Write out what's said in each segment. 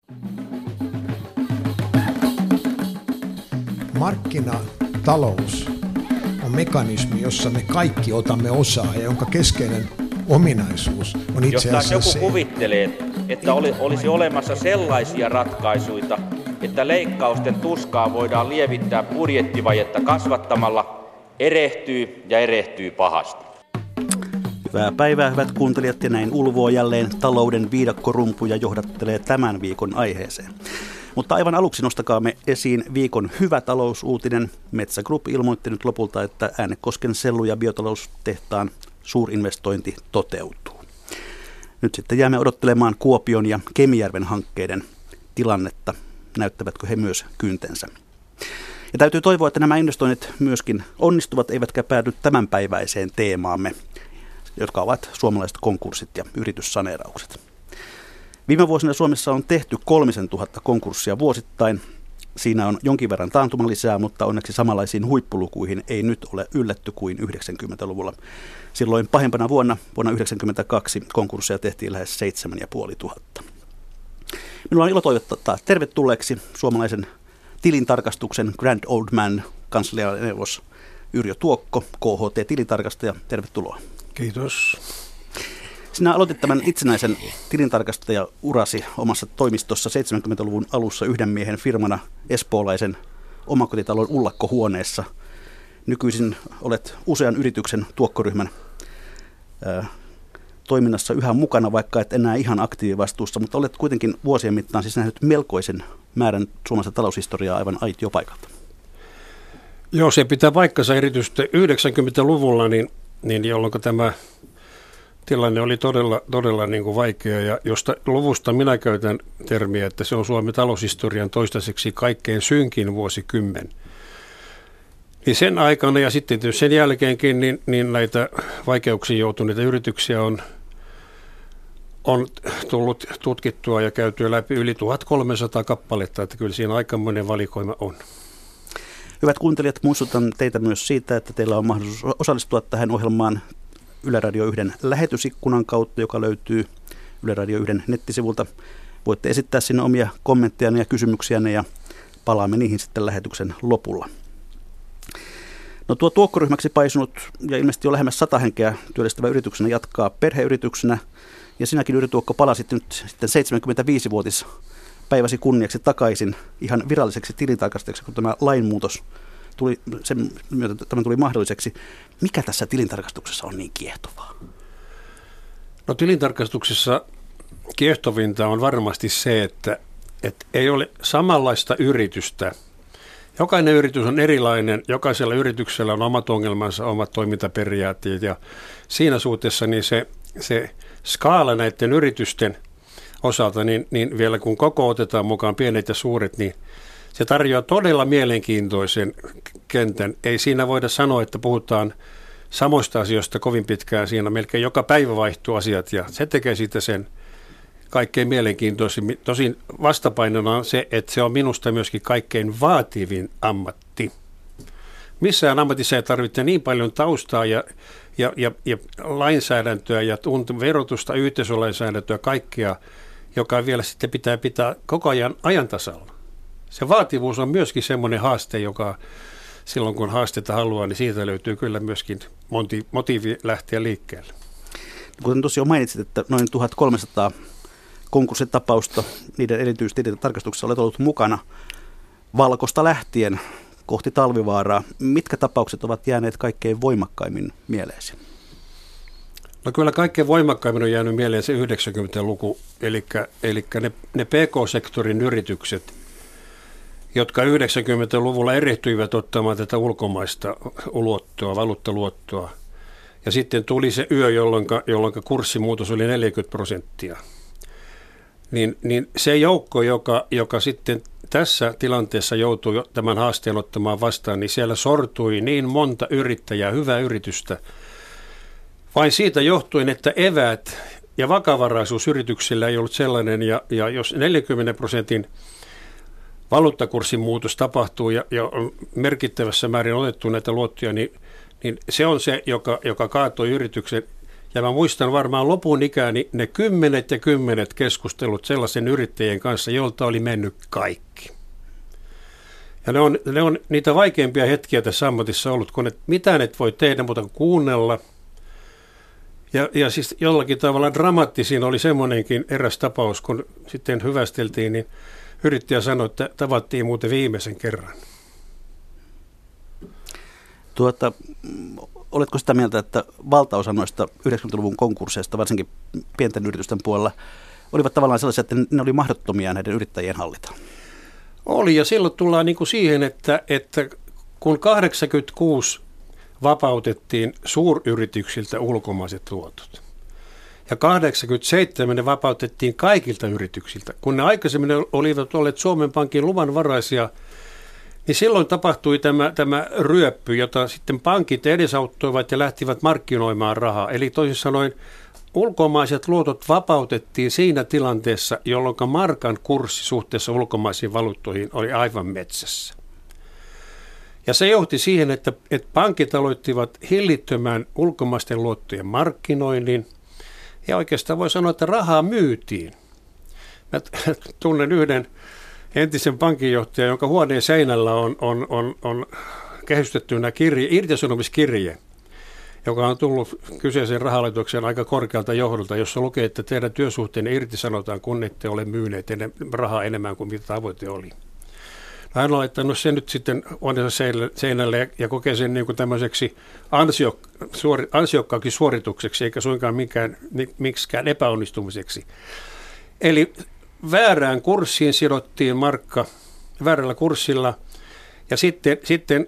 Markkinatalous on mekanismi, jossa me kaikki otamme osaa ja jonka keskeinen ominaisuus on itse asiassa jos joku kuvittelee, että olisi olemassa sellaisia ratkaisuja, että leikkausten tuskaa voidaan lievittää budjettivajetta kasvattamalla, erehtyy pahasti. Hyvää päivää, hyvät kuuntelijat, ja näin ulvoo jälleen talouden viidakkorumpu ja johdattelee tämän viikon aiheeseen. Mutta aivan aluksi nostakaamme esiin viikon hyvä talousuutinen. Metsä Group ilmoitti nyt lopulta, että Äänekosken sellu- ja biotaloustehtaan suurinvestointi toteutuu. Nyt sitten jäämme odottelemaan Kuopion ja Kemijärven hankkeiden tilannetta. Näyttävätkö he myös kyntensä? Ja täytyy toivoa, että nämä investoinnit myöskin onnistuvat, eivätkä päädy tämänpäiväiseen teemaamme, jotka ovat suomalaiset konkurssit ja yrityssaneeraukset. Viime vuosina Suomessa on tehty 3000 konkurssia vuosittain. Siinä on jonkin verran taantumalisää, mutta onneksi samanlaisiin huippulukuihin ei nyt ole ylletty kuin 90-luvulla. Silloin pahempana vuonna 1992 konkursseja tehtiin lähes 7500. Minulla on ilo toivottaa tervetulleeksi suomalaisen tilintarkastuksen Grand Old Man kanslianeuvos Yrjö Tuokko, KHT-tilintarkastaja. Tervetuloa. Kiitos. Sinä aloitit tämän itsenäisen tilintarkastajaurasi omassa toimistossa 70-luvun alussa yhden miehen firmana espoolaisen omakotitalon ullakkohuoneessa. Nykyisin olet usean yrityksen tuokkoryhmän toiminnassa yhä mukana, vaikka et enää ihan aktiivivastuussa, mutta olet kuitenkin vuosien mittaan siis nähnyt melkoisen määrän suomalaista taloushistoriaa aivan aitiopaikalta. Joo, se pitää paikkansa erityisesti 90-luvulla, niin jolloin tämä tilanne oli todella niin kuin vaikea, ja josta luvusta minä käytän termiä, että se on Suomen taloushistorian toistaiseksi kaikkein synkin vuosikymmen. Niin sen aikana ja sitten sen jälkeenkin niin näitä vaikeuksiin joutuneita yrityksiä on tullut tutkittua ja käytyä läpi yli 1300 kappaletta, että kyllä siinä aikamoinen valikoima on. Hyvät kuuntelijat, muistutan teitä myös siitä, että teillä on mahdollisuus osallistua tähän ohjelmaan Yle Radio 1 lähetysikkunan kautta, joka löytyy Yle Radio 1 nettisivulta. Voitte esittää sinne omia kommenttejanne ja kysymyksiänne ja palaamme niihin sitten lähetyksen lopulla. No, tuo tuokkoryhmäksi paisunut ja ilmeisesti jo lähemmäs 100 henkeä työllistävä yrityksenä jatkaa perheyrityksenä. Ja sinäkin, Yrjö Tuokko, palasit nyt sitten 75-vuotispäiväsi kunniaksi takaisin ihan viralliseksi tilintarkastajaksi, kun tämä lainmuutos tuli, sen myötä tämä tuli mahdolliseksi. Mikä tässä tilintarkastuksessa on niin kiehtovaa? No, tilintarkastuksessa kiehtovinta on varmasti se, että ei ole samanlaista yritystä. Jokainen yritys on erilainen, jokaisella yrityksellä on omat ongelmansa, omat toimintaperiaatteet, ja siinä suhteessa niin se skaala näiden yritysten osalta, niin vielä kun koko otetaan mukaan pienet ja suuret, niin se tarjoaa todella mielenkiintoisen kentän. Ei siinä voida sanoa, että puhutaan samoista asioista kovin pitkään. Siinä melkein joka päivä vaihtuu asiat, ja se tekee siitä sen kaikkein mielenkiintoisin. Tosin vastapainona on se, että se on minusta myöskin kaikkein vaativin ammatti. Missään ammatissa ei tarvitse niin paljon taustaa ja lainsäädäntöä ja verotusta, yhteisölainsäädäntöä, kaikkea, joka vielä sitten pitää koko ajan tasalla. Se vaativuus on myöskin semmoinen haaste, joka silloin kun haastetta haluaa, niin siitä löytyy kyllä myöskin motiivi lähteä liikkeelle. Kuten tosiaan mainitsit, että noin 1300 konkurssitapausta, niiden erityistilintarkastuksessa olet ollut mukana Valkosta lähtien kohti Talvivaaraa. Mitkä tapaukset ovat jääneet kaikkein voimakkaimmin mieleesi? No, kyllä kaikkein voimakkaimmin on jäänyt mieleen se 90-luku, eli ne PK-sektorin yritykset, jotka 90-luvulla erehtyivät ottamaan tätä ulkomaista luottoa, valuuttaluottoa. Ja sitten tuli se yö, jolloin kurssimuutos oli 40%. Niin se joukko, joka sitten tässä tilanteessa joutui tämän haasteen ottamaan vastaan, niin siellä sortui niin monta yrittäjää, hyvää yritystä. Vain siitä johtuen, että eväät ja vakavaraisuus yrityksillä ei ollut sellainen, ja jos 40% valuuttakurssin muutos tapahtuu ja on merkittävässä määrin otettu näitä luottoja, niin se on se, joka kaatoi yrityksen. Ja mä muistan varmaan lopun ikäni ne 10 ja 10 keskustelut sellaisen yrittäjien kanssa, jolta oli mennyt kaikki. Ja ne on niitä vaikeimpia hetkiä tässä ammatissa ollut, kun mitään et voi tehdä, mutta kuunnella. Ja siis jollakin tavalla dramaattisin oli semmoinenkin eräs tapaus, kun sitten hyvästeltiin, niin yrittäjä sanoi, että tavattiin muuten viimeisen kerran. Oletko sitä mieltä, että valtaosa noista 90-luvun konkursseista, varsinkin pienten yritysten puolella, olivat tavallaan sellaisia, että ne oli mahdottomia näiden yrittäjien hallita? Oli, ja silloin tullaan niin kuin siihen, että kun 86 vapautettiin suuryrityksiltä ulkomaiset luotot, ja 87 ne vapautettiin kaikilta yrityksiltä, kun ne aikaisemmin olivat olleet Suomen Pankin luvanvaraisia, niin silloin tapahtui tämä ryöppy, jota sitten pankit edesauttoivat ja lähtivät markkinoimaan rahaa. Eli toisin sanoen ulkomaiset luotot vapautettiin siinä tilanteessa, jolloin markan kurssi suhteessa ulkomaisiin valuuttoihin oli aivan metsässä. Ja se johti siihen, että pankit aloittivat hillittömän ulkomaisten luottojen markkinoinnin. Ja oikeastaan voi sanoa, että rahaa myytiin. Mä tunnen yhden entisen pankinjohtajan, jonka huoneen seinällä on kehystettynä irtisanomiskirje, joka on tullut kyseisen rahalaitoksen aika korkealta johdolta, jossa lukee, että teidän työsuhteenne irtisanotaan, kun ette ole myyneet rahaa enemmän kuin mitä tavoite oli. No, hän on laittanut sen nyt sitten huoneensa seinälle ja kokee sen niin kuin tämmöiseksi ansiokkaakin suoritukseksi, eikä suinkaan miksikään epäonnistumiseksi. Eli väärään kurssiin sidottiin markka väärällä kurssilla ja sitten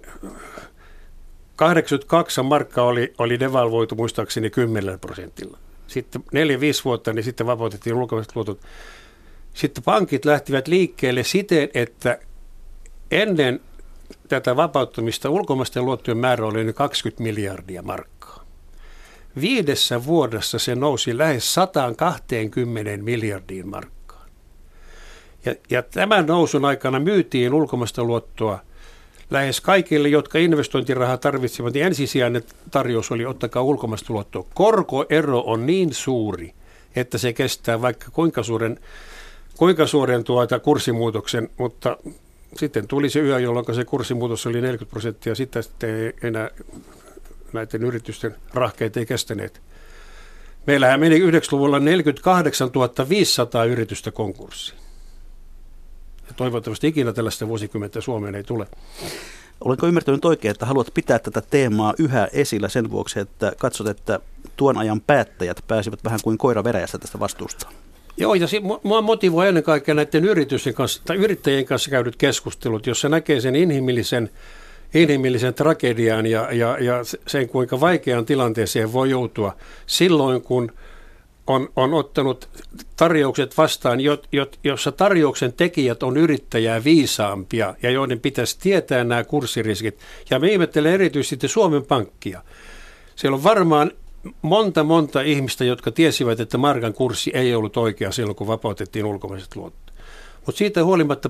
82 markka oli devalvoitu muistaakseni 10%. Sitten 4-5 vuotta, niin sitten vapautettiin ulkomaiset luotot. Sitten pankit lähtivät liikkeelle siten, että ennen tätä vapauttamista ulkomaisten luottojen määrä oli yli 20 miljardia markkaa. 5 vuodessa se nousi lähes 120 miljardiin markkaan. Ja tämän nousun aikana myytiin ulkomaista luottoa lähes kaikille, jotka investointirahaa tarvitsivat, niin ensisijainen tarjous oli ottakaa ulkomaista luottoa. Korkoero on niin suuri, että se kestää vaikka kuinka suuren kurssimuutoksen, mutta sitten tuli se yö, jolloin se kurssimuutos oli 40%, sitten ei enää näiden yritysten rahkeet ei kestäneet. Meillähän meni 90-luvulla 48 500 yritystä konkurssiin. Ja toivottavasti ikinä tällaista vuosikymmentä Suomeen ei tule. Olenko ymmärtänyt oikein, että haluat pitää tätä teemaa yhä esillä sen vuoksi, että katsot, että tuon ajan päättäjät pääsivät vähän kuin koira veräjästä tästä vastuusta? Joo, ja mua motivoi ennen kaikkea näiden yritysten kanssa, tai yrittäjien kanssa käydyt keskustelut, jossa näkee sen inhimillisen tragedian ja sen, kuinka vaikeaan tilanteeseen voi joutua silloin, kun on ottanut tarjoukset vastaan, jossa tarjouksen tekijät on yrittäjää viisaampia ja joiden pitäisi tietää nämä kurssiriskit. Ja me ihmettelen erityisesti Suomen Pankkia. Siellä on varmaan monta ihmistä, jotka tiesivät, että markan kurssi ei ollut oikea silloin, kun vapautettiin ulkomaiset luotot. Mutta siitä huolimatta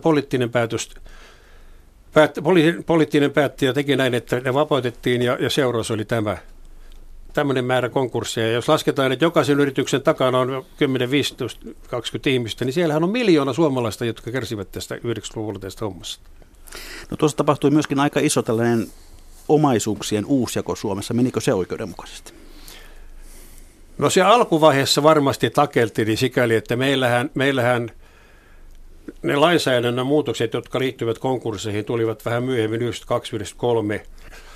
poliittinen päättäjä teki näin, että ne vapautettiin ja seuraus oli tämmöinen määrä konkursseja. Jos lasketaan, että jokaisen yrityksen takana on 10, 15, 20 ihmistä, niin siellähän on 1 miljoona suomalaista, jotka kärsivät tästä 90-luvulla tästä hommasta. No tuossa tapahtui myöskin aika iso tällainen omaisuuksien uusjako Suomessa. Menikö se oikeudenmukaisesti? No se alkuvaiheessa varmasti takeltiin sikäli, että meillähän ne lainsäädännön muutokset, jotka liittyvät konkursseihin, tulivat vähän myöhemmin 92-93.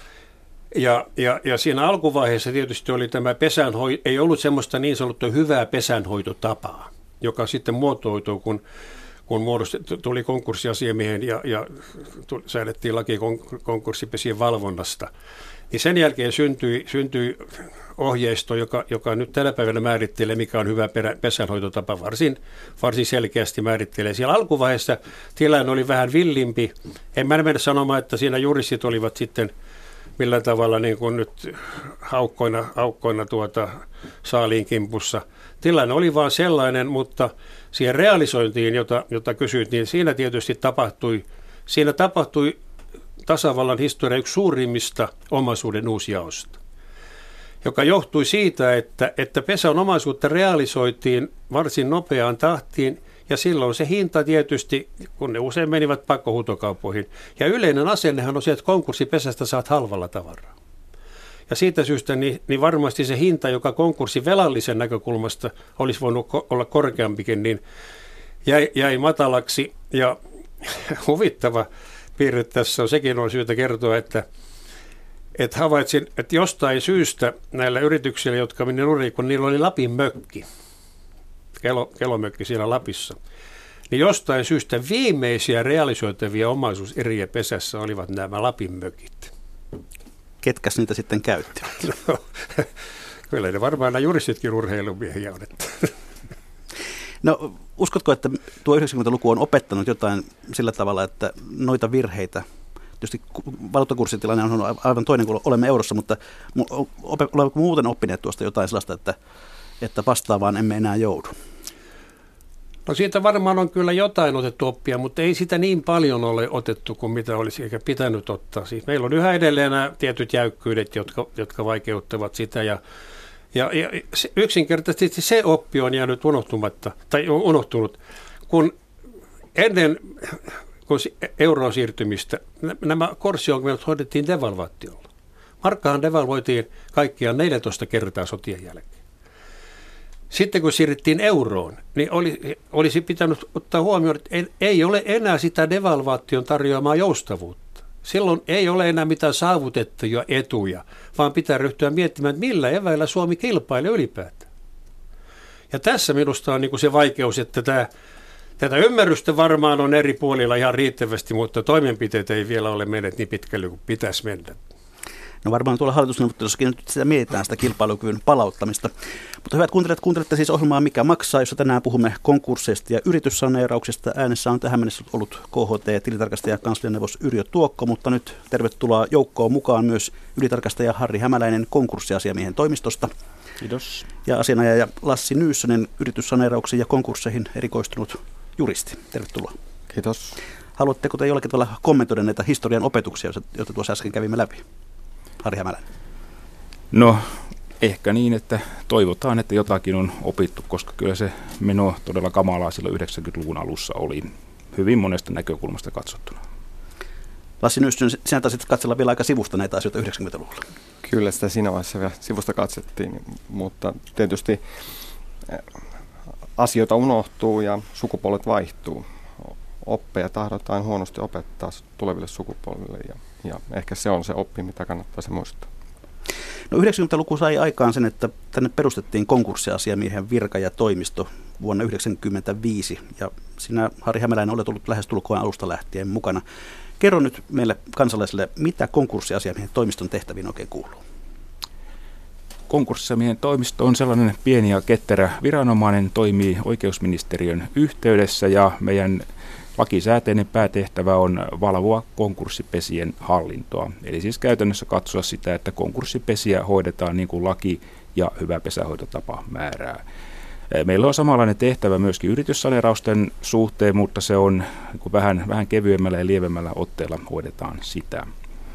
Ja siinä alkuvaiheessa tietysti oli tämä ei ollut semmoista niin sanottua hyvää pesänhoitotapaa, joka sitten muotoutui, kun tuli konkurssiasiamiehen ja säädettiin laki konkurssipesien valvonnasta. Niin sen jälkeen syntyi ohjeisto, joka nyt tänä päivänä määrittelee, mikä on hyvä pesänhoitotapa, varsin selkeästi määrittelee. Siellä alkuvaiheessa tilanne oli vähän villimpi. En mä mennä sanomaan, että siinä juristit olivat sitten millään tavalla niin kuin nyt haukkoina saaliin kimpussa. Tilanne oli vaan sellainen, mutta siihen realisointiin, jota kysyit, niin siinä tietysti tapahtui tasavallan historian yksi suurimmista omaisuuden uusjaosta. joka johtui siitä, että pesän omaisuutta realisoitiin varsin nopeaan tahtiin, ja silloin se hinta tietysti, kun ne usein menivät pakkohuutokauppoihin. Ja yleinen asennehan on se, että konkurssipesästä saat halvalla tavaraa. Ja siitä syystä niin varmasti se hinta, joka konkurssivelallisen näkökulmasta olisi voinut olla korkeampikin, niin jäi matalaksi. Ja huvittava piirre tässä on, sekin on syytä kertoa, että havaitsin, että jostain syystä näillä yrityksillä, jotka meni nurin, kun niillä oli Lapin mökki, kelomökki siellä Lapissa, niin jostain syystä viimeisiä realisoitavia omaisuuseriä pesässä olivat nämä Lapin mökit. Ketkäs niitä sitten käyttivät? No, kyllä ne varmaan nämä juristitkin urheilumiehiä on. No, uskotko, että tuo 90-luku on opettanut jotain sillä tavalla, että noita virheitä, tietysti valuuttakurssitilanne on aivan toinen kuin olemme eurossa, mutta olemme muuten oppineet tuosta jotain sellaista, että vastaavaan emme enää joudu? No siitä varmaan on kyllä jotain otettu oppia, mutta ei sitä niin paljon ole otettu kuin mitä olisi eikä pitänyt ottaa. Siis meillä on yhä edelleen nämä tietyt jäykkyydet, jotka vaikeuttavat sitä ja yksinkertaisesti se oppi on jäänyt unohtunut, kun ennen kun euroon siirtymistä nämä kurssiongelmat hoidettiin devalvaatiolla. Markkahan devalvoitiin kaikkiaan 14 kertaa sotien jälkeen. Sitten kun siirryttiin euroon, niin olisi pitänyt ottaa huomioon, että ei ole enää sitä devalvaation tarjoamaa joustavuutta. Silloin ei ole enää mitään saavutettuja etuja, vaan pitää ryhtyä miettimään, että millä eväillä Suomi kilpailee ylipäätään. Ja tässä minusta on niin kuin se vaikeus, että tätä ymmärrystä varmaan on eri puolilla ihan riittävästi, mutta toimenpiteet ei vielä ole menneet niin pitkälle kuin pitäisi mennä. No varmaan tuolla hallitusneuvottelussakin nyt sitä mietitään sitä kilpailukyvyn palauttamista. Mutta hyvät kuuntelijat, kuuntelette siis ohjelmaa Mikä maksaa, jossa tänään puhumme konkursseista ja yrityssaneerauksista. Äänessä on tähän mennessä ollut KHT-tilintarkastaja ja kanslianeuvos Yrjö Tuokko, mutta nyt tervetuloa joukkoon mukaan myös ylitarkastaja Harri Hämäläinen konkurssiasiamiehen toimistosta. Kiitos. Ja asianajaja Lassi Nyyssönen, yrityssaneerauksiin ja konkursseihin erikoistunut juristi. Tervetuloa. Kiitos. Haluatteko te jollakin tavalla kommentoida näitä historian opetuksia, joita tuossa äsken kävimme läpi? Harri Hämäläinen. No ehkä niin, että toivotaan, että jotakin on opittu, koska kyllä se meno todella kamalaa silloin 90-luvun alussa oli hyvin monesta näkökulmasta katsottuna. Lassi Nyyssönen, sinä taisit katsella vielä aika sivusta näitä asioita 90-luvulla. Kyllä sitä siinä vaiheessa vielä sivusta katsettiin, mutta tietysti asioita unohtuu ja sukupolvet vaihtuu. Oppeja tahdotaan huonosti opettaa tuleville sukupolville ja ehkä se on se oppi, mitä kannattaisi muistaa. No 90-luku sai aikaan sen, että tänne perustettiin konkurssiasiamiehen virka ja toimisto vuonna 1995 ja sinä, Harri Hämäläinen, olet ollut lähestulkoon alusta lähtien mukana. Kerro nyt meille kansalaisille, mitä konkurssiasiamiehen toimiston tehtäviin oikein kuuluu? Konkurssiasiamiehen toimisto on sellainen pieni ja ketterä viranomainen, toimii oikeusministeriön yhteydessä ja meidän lakisääteinen päätehtävä on valvoa konkurssipesien hallintoa. Eli siis käytännössä katsoa sitä, että konkurssipesiä hoidetaan niin kuin laki ja hyvä pesänhoitotapa määrää. Meillä on samanlainen tehtävä myöskin yrityssaneerausten suhteen, mutta se on niin vähän kevyemmällä ja lievemmällä otteella hoidetaan sitä.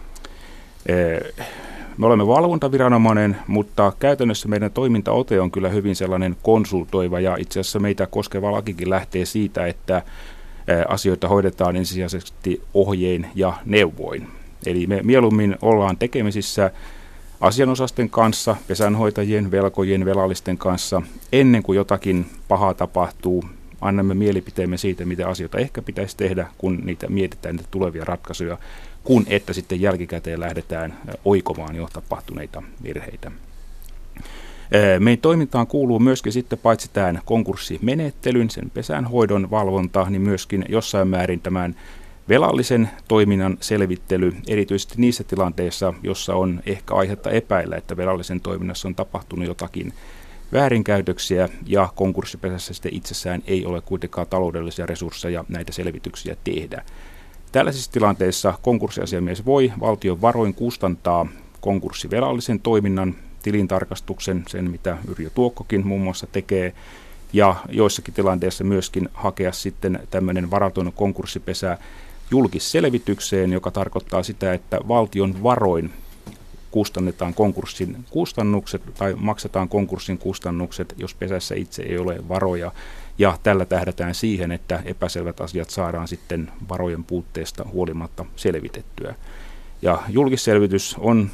Me olemme valvontaviranomainen, mutta käytännössä meidän toimintaote on kyllä hyvin sellainen konsultoiva ja itse asiassa meitä koskeva lakikin lähtee siitä, että asioita hoidetaan ensisijaisesti ohjein ja neuvoin. Eli me mieluummin ollaan tekemisissä asianosasten kanssa, pesänhoitajien, velkojien, velallisten kanssa ennen kuin jotakin pahaa tapahtuu. Annamme mielipiteemme siitä, mitä asioita ehkä pitäisi tehdä, kun niitä mietitään niitä tulevia ratkaisuja, kun että sitten jälkikäteen lähdetään oikomaan jo tapahtuneita virheitä. Meidän toimintaan kuuluu myöskin sitten paitsi tämän konkurssimenettelyn, sen pesänhoidon valvonta, niin myöskin jossain määrin tämän velallisen toiminnan selvittely, erityisesti niissä tilanteissa, jossa on ehkä aihetta epäillä, että velallisen toiminnassa on tapahtunut jotakin väärinkäytöksiä ja konkurssipesässä sitten itsessään ei ole kuitenkaan taloudellisia resursseja näitä selvityksiä tehdä. Tällaisissa tilanteissa konkurssiasiamies voi valtion varoin kustantaa konkurssivelallisen toiminnan, tilintarkastuksen, sen mitä Yrjö Tuokkokin muun muassa tekee, ja joissakin tilanteissa myöskin hakea sitten tämmöinen varaton konkurssipesä julkisselvitykseen, joka tarkoittaa sitä, että valtion varoin kustannetaan konkurssin kustannukset tai maksetaan konkurssin kustannukset, jos pesässä itse ei ole varoja. Ja tällä tähdätään siihen, että epäselvät asiat saadaan sitten varojen puutteesta huolimatta selvitettyä. Ja julkisselvitys on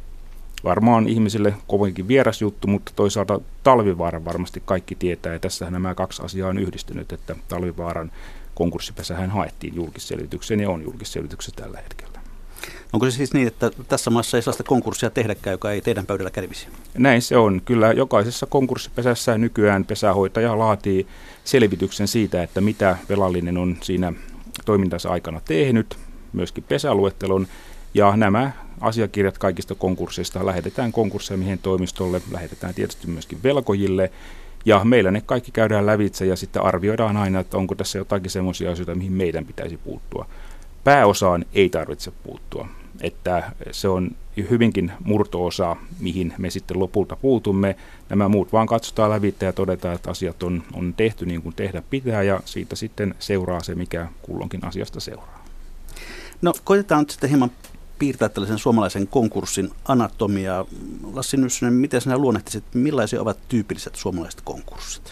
varmaan ihmisille kovinkin vieras juttu, mutta toisaalta Talvivaaran varmasti kaikki tietää, ja tässähän nämä kaksi asiaa on yhdistynyt, että Talvivaaran konkurssipesähän haettiin julkisselvitykseen ja on julkisselvityksessä tällä hetkellä. Onko se siis niin, että tässä maassa ei sellaista konkurssia tehdäkään, joka ei teidän pöydällä kävisi? Näin se on. Kyllä jokaisessa konkurssipesässä nykyään pesähoitaja laatii selvityksen siitä, että mitä velallinen on siinä toimintansa aikana tehnyt, myöskin pesäluettelon, ja nämä asiakirjat kaikista konkursseista lähetetään konkurssiamiehen toimistolle, lähetetään tietysti myöskin velkojille, ja meillä ne kaikki käydään lävitse ja sitten arvioidaan aina, että onko tässä jotakin semmoisia asioita, mihin meidän pitäisi puuttua. Pääosaan ei tarvitse puuttua, että se on hyvinkin murto-osa, mihin me sitten lopulta puutumme. Nämä muut vaan katsotaan lävitse ja todetaan, että asiat on tehty niin kuin tehdä pitää, ja siitä sitten seuraa se, mikä kulloinkin asiasta seuraa. No koitetaan nyt sitten hieman piirtää tällaisen suomalaisen konkurssin anatomiaa. Lassi Nyssynen, miten sinä luonnehtisit, millaisia ovat tyypilliset suomalaiset konkurssit?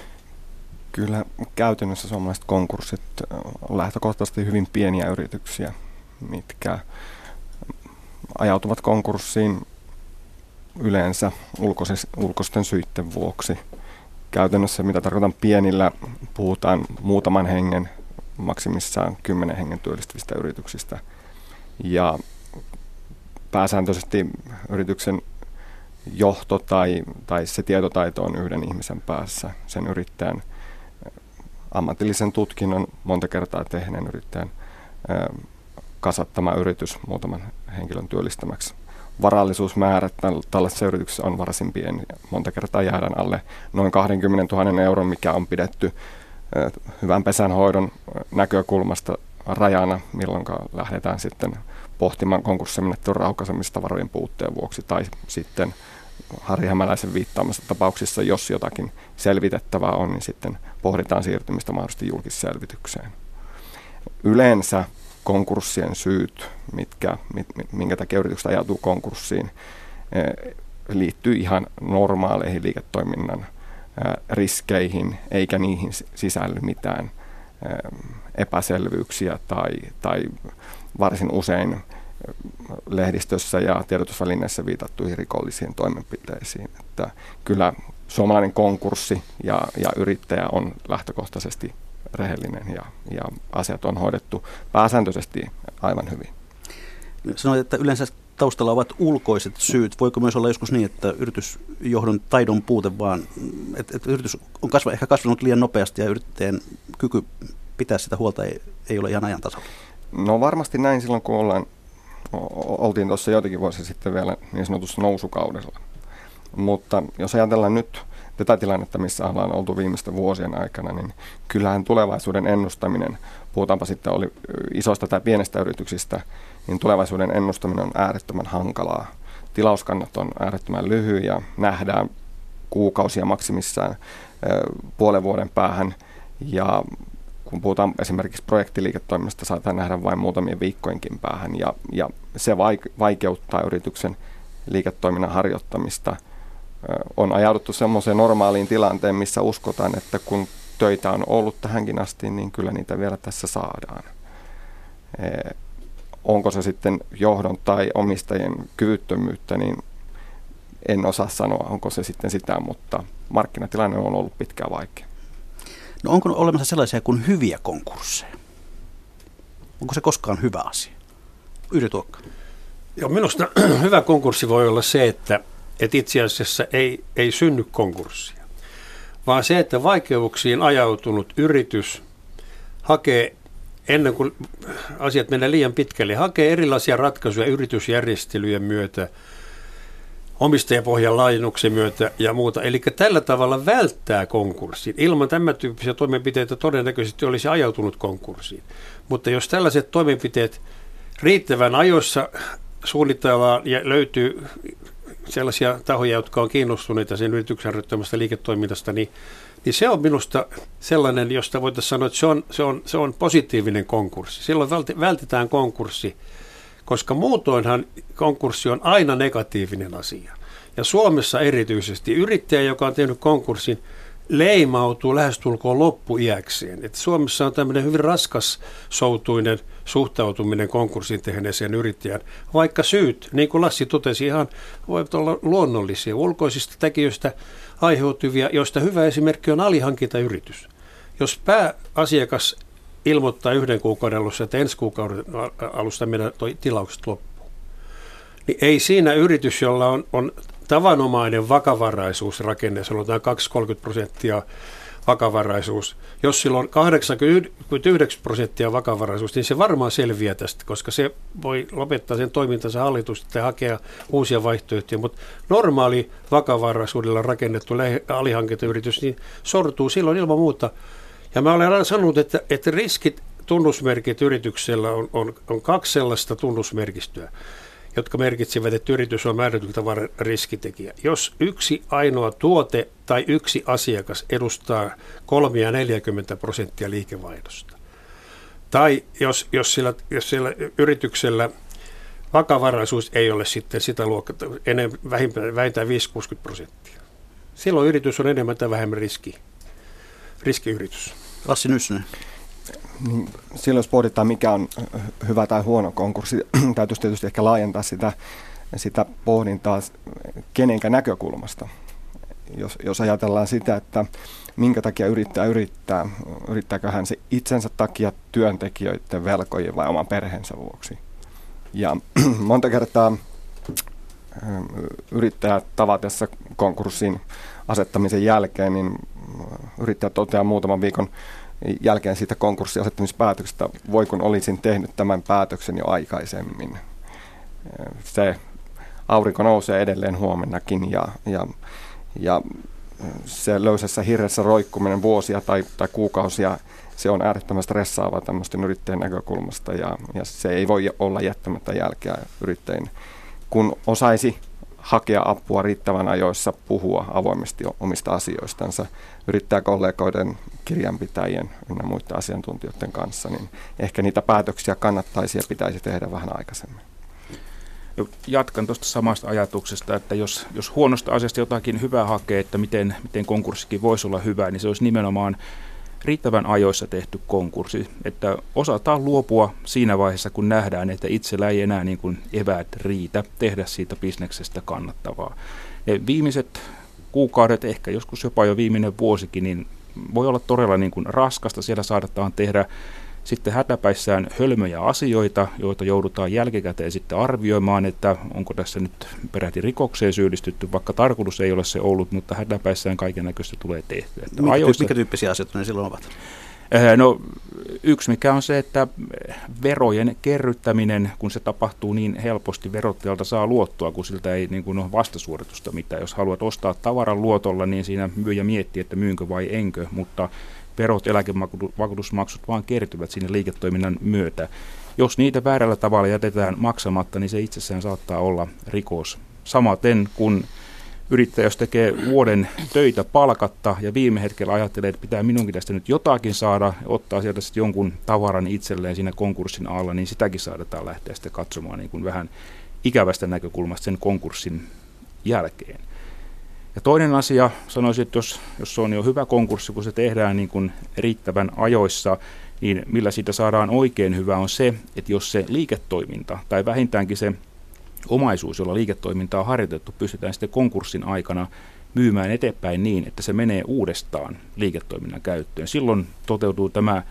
Kyllä käytännössä suomalaiset konkurssit on lähtökohtaisesti hyvin pieniä yrityksiä, mitkä ajautuvat konkurssiin yleensä ulkoisten syitten vuoksi. Käytännössä, mitä tarkoitan pienillä, puhutaan muutaman hengen, maksimissaan 10 hengen työllistävistä yrityksistä. Ja pääsääntöisesti yrityksen johto tai se tietotaito on yhden ihmisen päässä, sen yrittäjän ammatillisen tutkinnon monta kertaa tehneen yrittäjän kasvattama yritys muutaman henkilön työllistämäksi. Varallisuusmäärät tällaisessa yrityksessä on varsin pieni. Monta kertaa jäädään alle noin 20 000 euron, mikä on pidetty hyvän pesänhoidon näkökulmasta rajana, milloin lähdetään sitten pohtimaan konkurssimenettelyn raukaisemista varojen puutteen vuoksi tai sitten Harri Hämäläisen viittaamassa tapauksissa, jos jotakin selvitettävää on, niin sitten pohditaan siirtymistä mahdollisesti julkisselvitykseen. Yleensä konkurssien syyt, minkä takia yritykset ajautuu konkurssiin, liittyy ihan normaaleihin liiketoiminnan riskeihin, eikä niihin sisälly mitään epäselvyyksiä tai varsin usein lehdistössä ja tiedotusvälineissä viitattuihin rikollisiin toimenpiteisiin. Että kyllä suomalainen konkurssi ja yrittäjä on lähtökohtaisesti rehellinen ja asiat on hoidettu pääsääntöisesti aivan hyvin. Sanoit, että yleensä taustalla ovat ulkoiset syyt. Voiko myös olla joskus niin, että yritysjohdon taidon puute vaan, että yritys on ehkä kasvanut liian nopeasti ja yrittäjän kyky pitää sitä huolta ei ole ihan ajan tasalla? No varmasti näin silloin, kun oltiin tuossa joitakin vuosia sitten vielä niin sanotussa nousukaudella. Mutta jos ajatellaan nyt tätä tilannetta, missä ollaan oltu viimeisten vuosien aikana, niin kyllähän tulevaisuuden ennustaminen, puhutaanpa sitten oli isoista tai pienestä yrityksistä, niin tulevaisuuden ennustaminen on äärettömän hankalaa. Tilauskannat on äärettömän lyhyitä, nähdään kuukausia maksimissaan puolen vuoden päähän, ja kun puhutaan esimerkiksi projektiliiketoiminnasta, saattaa nähdä vain muutamien viikkojenkin päähän, ja se vaikeuttaa yrityksen liiketoiminnan harjoittamista. On ajauduttu semmoiseen normaaliin tilanteen, missä uskotaan, että kun töitä on ollut tähänkin asti, niin kyllä niitä vielä tässä saadaan. Onko se sitten johdon tai omistajien kyvyttömyyttä, niin en osaa sanoa, onko se sitten sitä, mutta markkinatilanne on ollut pitkään vaikea. No onko olemassa sellaisia kuin hyviä konkursseja? Onko se koskaan hyvä asia? Yrjö Tuokka. Joo, minusta hyvä konkurssi voi olla se, että itse asiassa ei synny konkurssia, vaan se, että vaikeuksiin ajautunut yritys hakee, ennen kuin asiat menee liian pitkälle, hakee erilaisia ratkaisuja yritysjärjestelyjen myötä, omistajapohjan laajennuksen myötä ja muuta. Eli tällä tavalla välttää konkurssin. Ilman tämän tyyppisiä toimenpiteitä todennäköisesti olisi ajautunut konkurssiin. Mutta jos tällaiset toimenpiteet riittävän ajoissa suunnitellaan ja löytyy sellaisia tahoja, jotka on kiinnostuneita sen yrityksen harjoittamasta liiketoiminnasta, niin se on minusta sellainen, josta voitaisiin sanoa, että se on positiivinen konkurssi. Silloin vältetään konkurssi, koska muutoinhan konkurssi on aina negatiivinen asia. Ja Suomessa erityisesti yrittäjä, joka on tehnyt konkurssin, leimautuu lähestulkoon loppuiäkseen. Et Suomessa on tämmöinen hyvin raskassoutuinen suhtautuminen konkurssin tehneeseen yrittäjään, vaikka syyt, niin kuin Lassi totesi, ihan voivat olla luonnollisia, ulkoisista tekijöistä aiheutuvia, joista hyvä esimerkki on alihankintayritys. Jos pääasiakas ilmoittaa 1 kuukauden alussa, että ensi kuukauden alusta meidän tilaukset loppuu, niin ei siinä yritys, jolla on tavanomainen vakavaraisuusrakenne, sanotaan 20-30% vakavaraisuus. Jos sillä on 89% vakavaraisuus, niin se varmaan selviää tästä, koska se voi lopettaa sen toimintansa hallitusti ja hakea uusia vaihtoehtoja. Mutta normaali vakavaraisuudella rakennettu alihankintayritys niin sortuu silloin ilman muuta. Ja mä olen aina sanonut, että riskit, tunnusmerkit yrityksellä on 2 sellaista tunnusmerkistöä, jotka merkitsevät, että yritys on määrätyllä tavalla riskitekijä. Jos yksi ainoa tuote tai yksi asiakas edustaa 30-40% liikevaihdosta, tai jos sillä yrityksellä vakavaraisuus ei ole sitten sitä luokkaa, vähintään 5-60%, silloin yritys on enemmän tai vähemmän riskiyritys. Lassi Nyssinen. Niin, silloin jos pohditaan, mikä on hyvä tai huono konkurssi, täytyisi tietysti ehkä laajentaa sitä pohdintaa kenenkä näkökulmasta. Jos ajatellaan sitä, että minkä takia yrittääkö hän se itsensä takia, työntekijöiden, velkojen vai oman perheensä vuoksi. Ja monta kertaa yrittäjät tavatessa konkurssin asettamisen jälkeen, niin yrittäjät toteaa muutaman viikon jälkeen siitä konkurssiasettamispäätöksestä, voi kun olisin tehnyt tämän päätöksen jo aikaisemmin. Se aurinko nousee edelleen huomennakin ja se löysässä hirressä roikkuminen vuosia tai kuukausia, se on äärettömän stressaava tämmöisten yrittäjän näkökulmasta ja se ei voi olla jättämättä jälkeä yrittäjien. Kun osaisi hakea apua riittävän ajoissa, puhua avoimesti omista asioistansa yrittäjäkollegoiden, kirjanpitäjien ja muiden asiantuntijoiden kanssa, niin ehkä niitä päätöksiä kannattaisi ja pitäisi tehdä vähän aikaisemmin. Jatkan tuosta samasta ajatuksesta, että jos huonosta asiasta jotakin hyvää hakee, että miten konkurssikin voisi olla hyvä, niin se olisi nimenomaan riittävän ajoissa tehty konkurssi, että osataan luopua siinä vaiheessa, kun nähdään, että itsellä ei enää niin kuin eväät riitä tehdä siitä bisneksestä kannattavaa. Ne viimeiset kuukaudet, ehkä joskus jopa jo viimeinen vuosikin, niin voi olla todella niin kuin raskasta. Siellä saadaan tehdä sitten hätäpäissään hölmöjä asioita, joita joudutaan jälkikäteen sitten arvioimaan, että onko tässä nyt peräti rikokseen syyllistytty, vaikka tarkoitus ei ole se ollut, mutta hätäpäissään kaikennäköistä tulee tehtyä. Mikä tyyppisiä asioita ne silloin ovat? No, yksi mikä on se, että verojen kerryttäminen, kun se tapahtuu niin helposti, verottajalta saa luottoa, kun siltä ei niin kuin ole vastasuoritusta mitään. Jos haluat ostaa tavaran luotolla, niin siinä myyjä miettii, että myynkö vai enkö, mutta verot, eläkevakuutusmaksut vaan kertyvät siinä liiketoiminnan myötä. Jos niitä väärällä tavalla jätetään maksamatta, niin se itsessään saattaa olla rikos. Samaten kun yrittäjä, jos tekee vuoden töitä palkatta ja viime hetkellä ajattelee, että pitää minunkin tästä nyt jotakin saada ja ottaa sieltä sitten jonkun tavaran itselleen siinä konkurssin alla, niin sitäkin saadaan lähteä sitten katsomaan niin kuin vähän ikävästä näkökulmasta sen konkurssin jälkeen. Ja toinen asia, sanoisin, että jos on jo hyvä konkurssi, kun se tehdään niin kuin riittävän ajoissa, niin millä siitä saadaan oikein hyvä on se, että jos se liiketoiminta tai vähintäänkin se omaisuus, jolla liiketoimintaa on harjoitettu, pystytään sitten konkurssin aikana myymään eteenpäin niin, että se menee uudestaan liiketoiminnan käyttöön. Silloin toteutuu tämä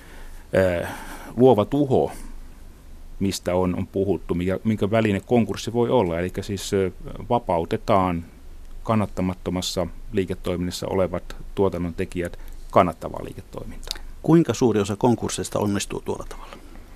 luova tuho, mistä on puhuttu, minkä väline konkurssi voi olla. Eli siis vapautetaan kannattamattomassa liiketoiminnassa olevat tuotannon tekijät kannattavaa liiketoimintaa. Kuinka suuri osa konkursseista onnistuu tuolla tavalla?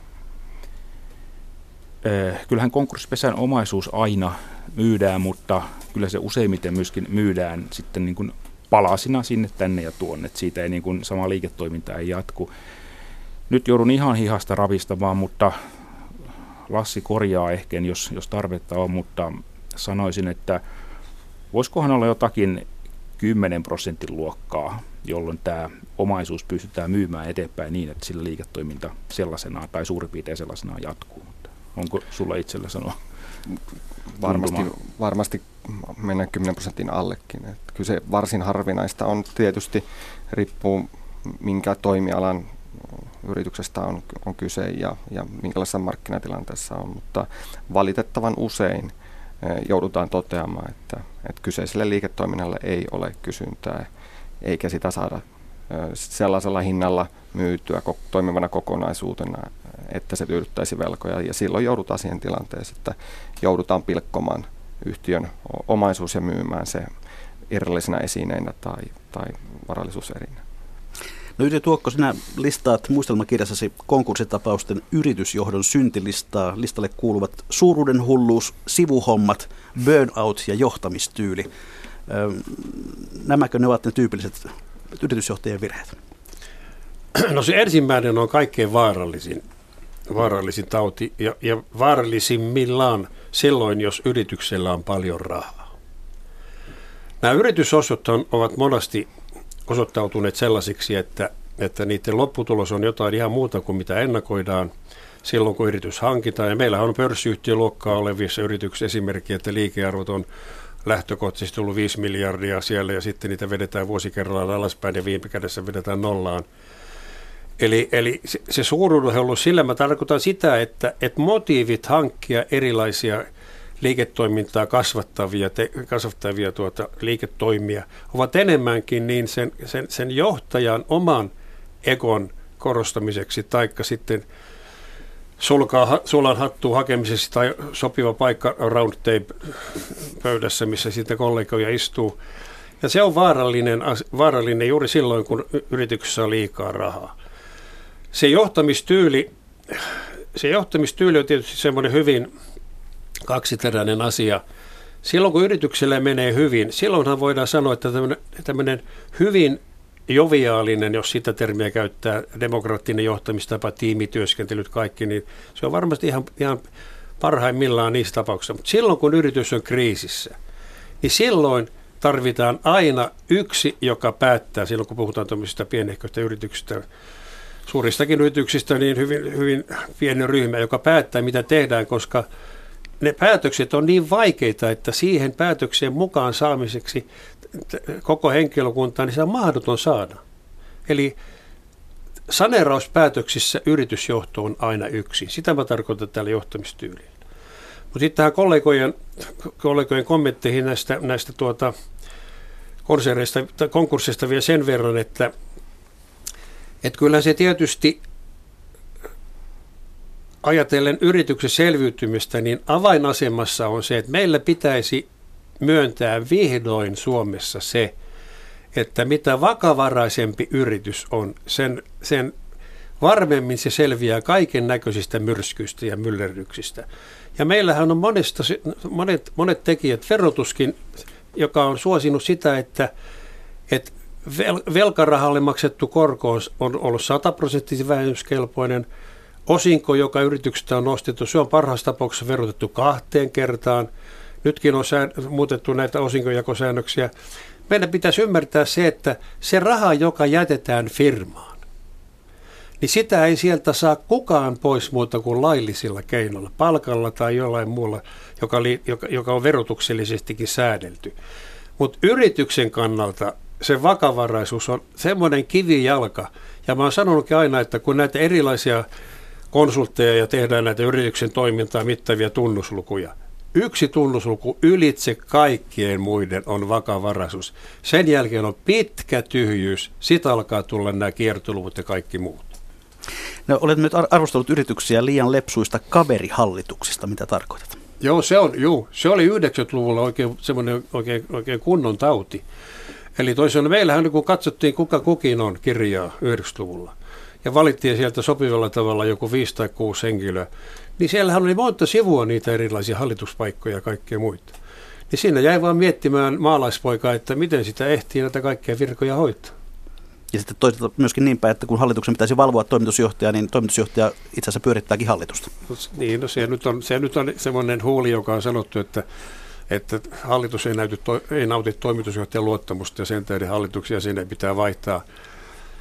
Kyllähän konkurssipesän omaisuus aina myydään, mutta kyllä se useimmiten myöskin myydään sitten niin kuin palasina sinne, tänne ja tuonne. Että siitä ei niin kuin sama liiketoiminta ei jatku. Nyt joudun ihan hihasta ravistamaan, mutta Lassi korjaa ehkä, jos tarvetta on, mutta sanoisin, että voisikohan olla jotakin 10% luokkaa, jolloin tämä omaisuus pystytään myymään eteenpäin niin, että sillä liiketoiminta sellaisenaan tai suurin piirtein sellaisenaan jatkuu. Onko sulla itsellä sanoa? Varmasti mennään 10% allekin. Että kyllä se varsin harvinaista on tietysti, riippuu minkä toimialan yrityksestä on kyse ja minkälaisessa markkinatilanteessa on, mutta valitettavan usein joudutaan toteamaan, että kyseiselle liiketoiminnalle ei ole kysyntää, eikä sitä saada sellaisella hinnalla myytyä toimivana kokonaisuutena, että se tyydyttäisi velkoja. Ja silloin joudutaan siihen tilanteeseen, että joudutaan pilkkomaan yhtiön omaisuus ja myymään se irrallisena esineinä tai varallisuuserinä. No Yrjö Tuokko, sinä listaat muistelmakirjassasi konkurssitapausten yritysjohdon syntilistaa. Listalle kuuluvat suuruuden hulluus, sivuhommat, burnout ja johtamistyyli. Nämäkö ne ovat ne tyypilliset yritysjohtajien virheet? No se ensimmäinen on kaikkein vaarallisin tauti ja vaarallisimmillaan silloin, jos yrityksellä on paljon rahaa. Nämä yritysosat ovat monesti osoittautuneet sellaisiksi, että niiden lopputulos on jotain ihan muuta kuin mitä ennakoidaan silloin, kun yritys hankitaan. Ja meillähän on pörssiyhtiöluokkaa olevissa yrityksissä esimerkki, että liikearvot on lähtökohtaisesti ollut 5 miljardia siellä ja sitten niitä vedetään vuosikerrallaan alaspäin ja viime kädessä vedetään nollaan. Eli se suuruudenhulluus, sillä mä tarkoitan sitä, että motiivit hankkia erilaisia liiketoimintaa kasvattavia liiketoimia ovat enemmänkin niin sen johtajan oman egon korostamiseksi taikka sitten sulan hattuun hakemiseksi tai sopiva paikka round table pöydässä, missä sitten kollegoja istuu. Ja se on vaarallinen juuri silloin, kun yrityksessä on liikaa rahaa. Se johtamistyyli on tietysti semmoinen hyvin kaksiteräinen asia. Silloin kun yritykselle menee hyvin, silloinhan voidaan sanoa, että tämmöinen hyvin joviaalinen, jos sitä termiä käyttää, demokraattinen johtamistapa, tiimityöskentelyt, kaikki, niin se on varmasti ihan parhaimmillaan niissä tapauksissa. Mutta silloin kun yritys on kriisissä, niin silloin tarvitaan aina yksi, joka päättää, silloin kun puhutaan tuollaisista pienehköistä yrityksistä, suuristakin yrityksistä, niin hyvin pieni ryhmä, joka päättää, mitä tehdään, koska ne päätökset on niin vaikeita, että siihen päätökseen mukaan saamiseksi koko henkilökuntaa, niin se on mahdoton saada. Eli saneerauspäätöksissä yritysjohto on aina yksi. Sitä mä tarkoitan tällä johtamistyylillä. Mutta sitten tähän kollegojen kommentteihin näistä konkursseista vielä sen verran, että kyllä se tietysti ajatellen yrityksen selviytymistä, niin avainasemassa on se, että meillä pitäisi myöntää vihdoin Suomessa se, että mitä vakavaraisempi yritys on, sen varmemmin se selviää kaiken näköisistä myrskyistä ja myllerryksistä. Ja meillähän on monet tekijät, verotuskin, joka on suosinut sitä, että velkarahalle maksettu korko on ollut 100% vähennyskelpoinen. Osinko, joka yrityksestä on nostettu, se on parhaassa tapauksessa verotettu 2 kertaan. Nytkin on muutettu näitä osinkojakosäännöksiä. Meidän pitäisi ymmärtää se, että se raha, joka jätetään firmaan, niin sitä ei sieltä saa kukaan pois muuta kuin laillisilla keinoilla, palkalla tai jollain muulla, joka on verotuksellisestikin säädelty. Mutta yrityksen kannalta se vakavaraisuus on semmoinen kivijalka. Ja mä oon sanonutkin aina, että kun näitä erilaisia konsultteja ja tehdään näitä yrityksen toimintaa mittavia tunnuslukuja, yksi tunnusluku ylitse kaikkien muiden on vakavaraisuus. Sen jälkeen on pitkä tyhjyys. Sitten alkaa tulla nämä kiertoluvut ja kaikki muut. No, olet nyt arvostellut yrityksiä liian lepsuista kaverihallituksista. Mitä tarkoitat? Joo, se oli 90-luvulla oikein kunnon tauti. Eli toisaalta meillähän kun katsottiin kuka kukin on kirjaa 90-luvulla ja valittiin sieltä sopivalla tavalla joku 5 tai 6 henkilöä, niin siellähän oli monta sivua niitä erilaisia hallituspaikkoja ja kaikkea muita. Niin siinä jäi vaan miettimään maalaispoikaa, että miten sitä ehtii näitä kaikkia virkoja hoitaa. Ja sitten toisaalta myöskin niin päin, että kun hallituksen pitäisi valvoa toimitusjohtajaa, niin toimitusjohtaja itse asiassa pyörittääkin hallitusta. Niin, no se nyt on semmoinen huuli, joka on sanottu, että hallitus ei nauti toimitusjohtajan luottamusta ja sen tähden hallituksia sinne pitää vaihtaa.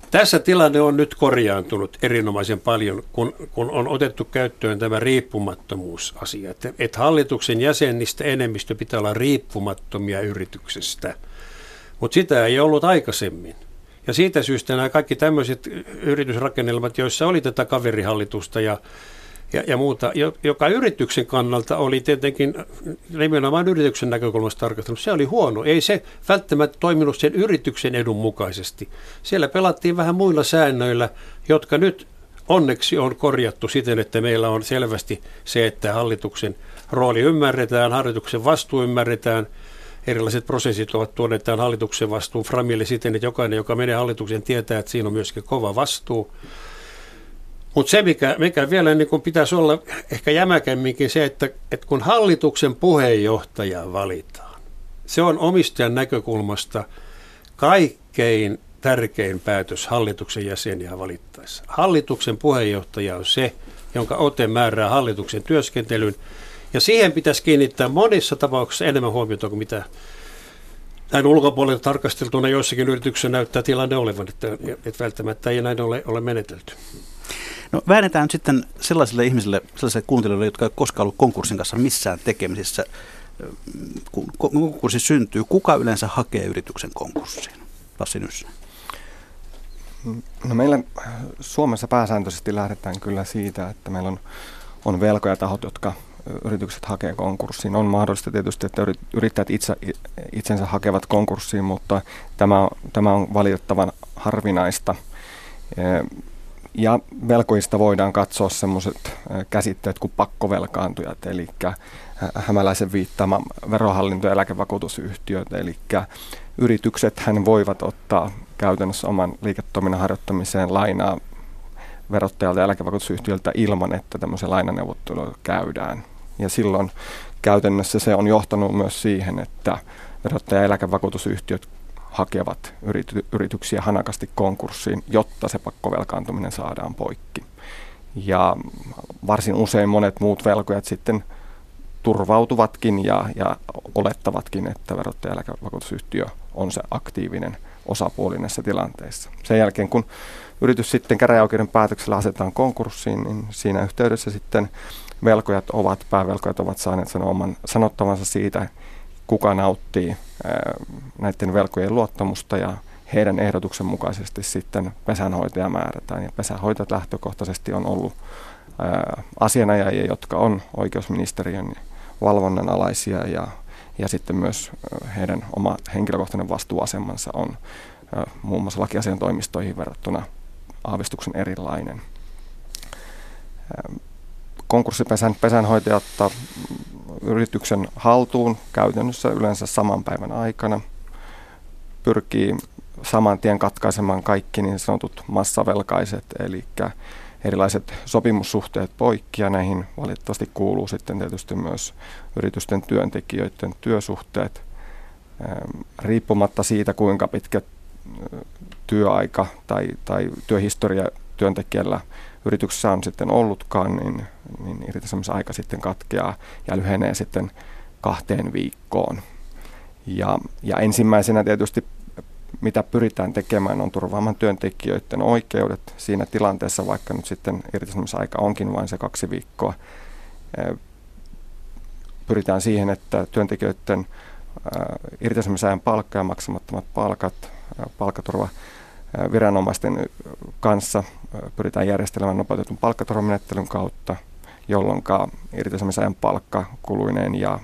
Tässä tilanne on nyt korjaantunut erinomaisen paljon, kun on otettu käyttöön tämä riippumattomuusasia. Että hallituksen jäsenistä enemmistö pitää olla riippumattomia yrityksestä, mutta sitä ei ollut aikaisemmin. Ja siitä syystä nämä kaikki tämmöiset yritysrakennelmat, joissa oli tätä kaverihallitusta ja muuta, joka yrityksen kannalta oli tietenkin nimenomaan yrityksen näkökulmasta tarkasteltu. Se oli huono. Ei se välttämättä toiminut sen yrityksen edun mukaisesti. Siellä pelattiin vähän muilla säännöillä, jotka nyt onneksi on korjattu siten, että meillä on selvästi se, että hallituksen rooli ymmärretään, hallituksen vastuu ymmärretään. Erilaiset prosessit ovat tuoneet tämän hallituksen vastuun framille siten, että jokainen, joka menee hallitukseen, tietää, että siinä on myöskin kova vastuu. Mutta se, mikä vielä niin kun pitäisi olla ehkä jämäkämminkin se, että kun hallituksen puheenjohtaja valitaan, se on omistajan näkökulmasta kaikkein tärkein päätös hallituksen jäseniä valittaessa. Hallituksen puheenjohtaja on se, jonka ote määrää hallituksen työskentelyn, ja siihen pitäisi kiinnittää monissa tapauksissa enemmän huomiota kuin mitä näin ulkopuolelta tarkasteltuna joissakin yrityksissä näyttää tilanne olevan, että välttämättä ei näin ole menetelty. No väännetään nyt sitten sellaisille ihmisille, sellaisille kuuntelijoille, jotka ei ole koskaan ollut konkurssin kanssa missään tekemisissä. Kun konkurssi syntyy, kuka yleensä hakee yrityksen konkurssiin? Lassi Nyssä. No meillä Suomessa pääsääntöisesti lähdetään kyllä siitä, että meillä on velkojatahot, jotka yritykset hakee konkurssiin. On mahdollista tietysti, että yrittäjät itsensä hakevat konkurssiin, mutta tämä on valitettavan harvinaista. Ja velkojista voidaan katsoa sellaiset käsitteet kuin pakkovelkaantujat, eli Hämäläisen viittaama verohallinto- ja eläkevakuutusyhtiöt, eli yrityksethän voivat ottaa käytännössä oman liiketoiminnan harjoittamiseen lainaa verottajalta ja eläkevakuutusyhtiöltä ilman, että tämmöisiä lainaneuvotteluja käydään. Ja silloin käytännössä se on johtanut myös siihen, että verottaja- ja eläkevakuutusyhtiöt hakevat yrityksiä hanakasti konkurssiin, jotta se pakkovelkaantuminen saadaan poikki. Ja varsin usein monet muut velkojat sitten turvautuvatkin ja olettavatkin, että verottaja- ja eläkevakuutusyhtiö on se aktiivinen osapuoli näissä tilanteissa. Sen jälkeen, kun yritys sitten käräjäoikeuden päätöksellä asetetaan konkurssiin, niin siinä yhteydessä sitten päävelkojat ovat saaneet sanottavansa siitä, kuka nauttii näiden velkojen luottamusta, ja heidän ehdotuksen mukaisesti sitten pesänhoitaja määrätään. Ja pesänhoitajat lähtökohtaisesti on ollut asianajajia, jotka on oikeusministeriön valvonnan alaisia, ja sitten myös heidän oma henkilökohtainen vastuuasemansa on muun muassa lakiasiantoimistoihin verrattuna aavistuksen erilainen. Konkurssipesänhoitaja ottaa yrityksen haltuun käytännössä yleensä saman päivän aikana, pyrkii saman tien katkaisemaan kaikki niin sanotut massavelkaiset, eli erilaiset sopimussuhteet poikki, ja näihin valitettavasti kuuluu sitten tietysti myös yritysten työntekijöiden työsuhteet, riippumatta siitä, kuinka pitkä työaika tai työhistoria työntekijällä yrityksessä on sitten ollutkaan, niin irtisanomisaika sitten katkeaa ja lyhenee sitten 2 viikkoon. Ja ensimmäisenä tietysti, mitä pyritään tekemään, on turvaamaan työntekijöiden oikeudet siinä tilanteessa, vaikka nyt sitten irtisanomisaika onkin vain se 2 viikkoa. Pyritään siihen, että työntekijöiden irtisanomisajan palkka ja maksamattomat palkat, palkkaturva viranomaisten kanssa pyritään järjestelemään nopeutetun palkkaturvamenettelyn kautta, jolloin irtisanomisajan palkka kuluineen ja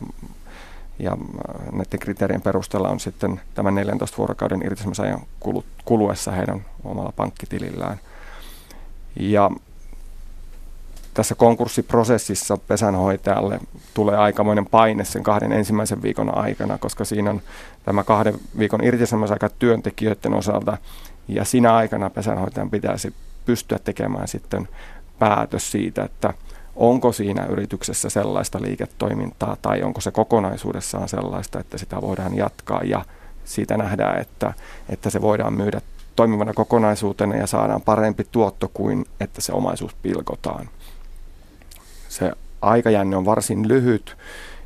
näiden kriteerien perusteella on sitten tämän 14 vuorokauden irtisanomisajan kuluessa heidän omalla pankkitilillään. Ja tässä konkurssiprosessissa pesänhoitajalle tulee aikamoinen paine sen 2 ensimmäisen viikon aikana, koska siinä on tämä 2 viikon irtisanomisaika työntekijöiden osalta, ja siinä aikana pesänhoitajan pitäisi pystyä tekemään sitten päätös siitä, että onko siinä yrityksessä sellaista liiketoimintaa tai onko se kokonaisuudessaan sellaista, että sitä voidaan jatkaa, ja siitä nähdään, että se voidaan myydä toimivana kokonaisuutena ja saadaan parempi tuotto kuin että se omaisuus pilkotaan. Se aikajänne on varsin lyhyt,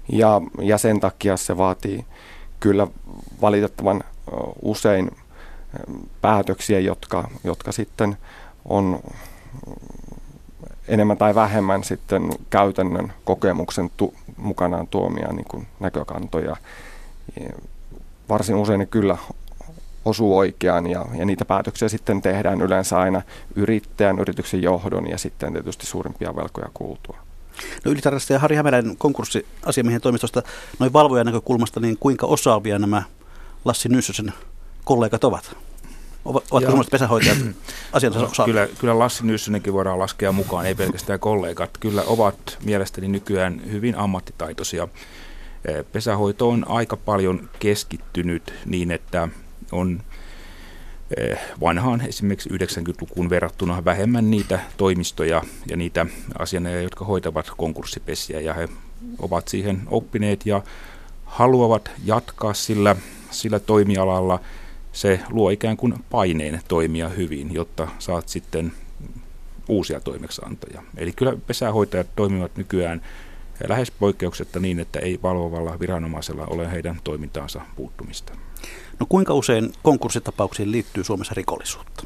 ja sen takia se vaatii kyllä valitettavan usein päätöksiä, jotka sitten on enemmän tai vähemmän sitten käytännön kokemuksen mukanaan tuomia niin kuin näkökantoja. Varsin usein ne kyllä osuu oikeaan ja niitä päätöksiä sitten tehdään yleensä aina yrityksen johdon ja sitten tietysti suurimpia velkoja kuultua. No ylitarkastaja Harri Hämäläinen konkurssiasiamiehen toimistosta noin valvojan näkökulmasta, niin kuinka osaavia nämä Lassi Nyssösen kollegat ovat? Ovatko sellaiset pesänhoitajat asiansa osaavia? Kyllä Lassi Nyssönenkin voidaan laskea mukaan, ei pelkästään kollegat. Kyllä ovat mielestäni nykyään hyvin ammattitaitoisia. Pesänhoito on aika paljon keskittynyt niin, että on vanhaan esimerkiksi 90-lukuun verrattuna vähemmän niitä toimistoja ja niitä asianajajia, jotka hoitavat konkurssipesiä, ja he ovat siihen oppineet ja haluavat jatkaa sillä toimialalla. Se luo ikään kuin paineen toimia hyvin, jotta saat sitten uusia toimeksiantoja. Eli kyllä pesänhoitajat toimivat nykyään lähes poikkeuksetta niin, että ei valvovalla viranomaisella ole heidän toimintaansa puuttumista. No kuinka usein konkurssitapauksiin liittyy Suomessa rikollisuutta?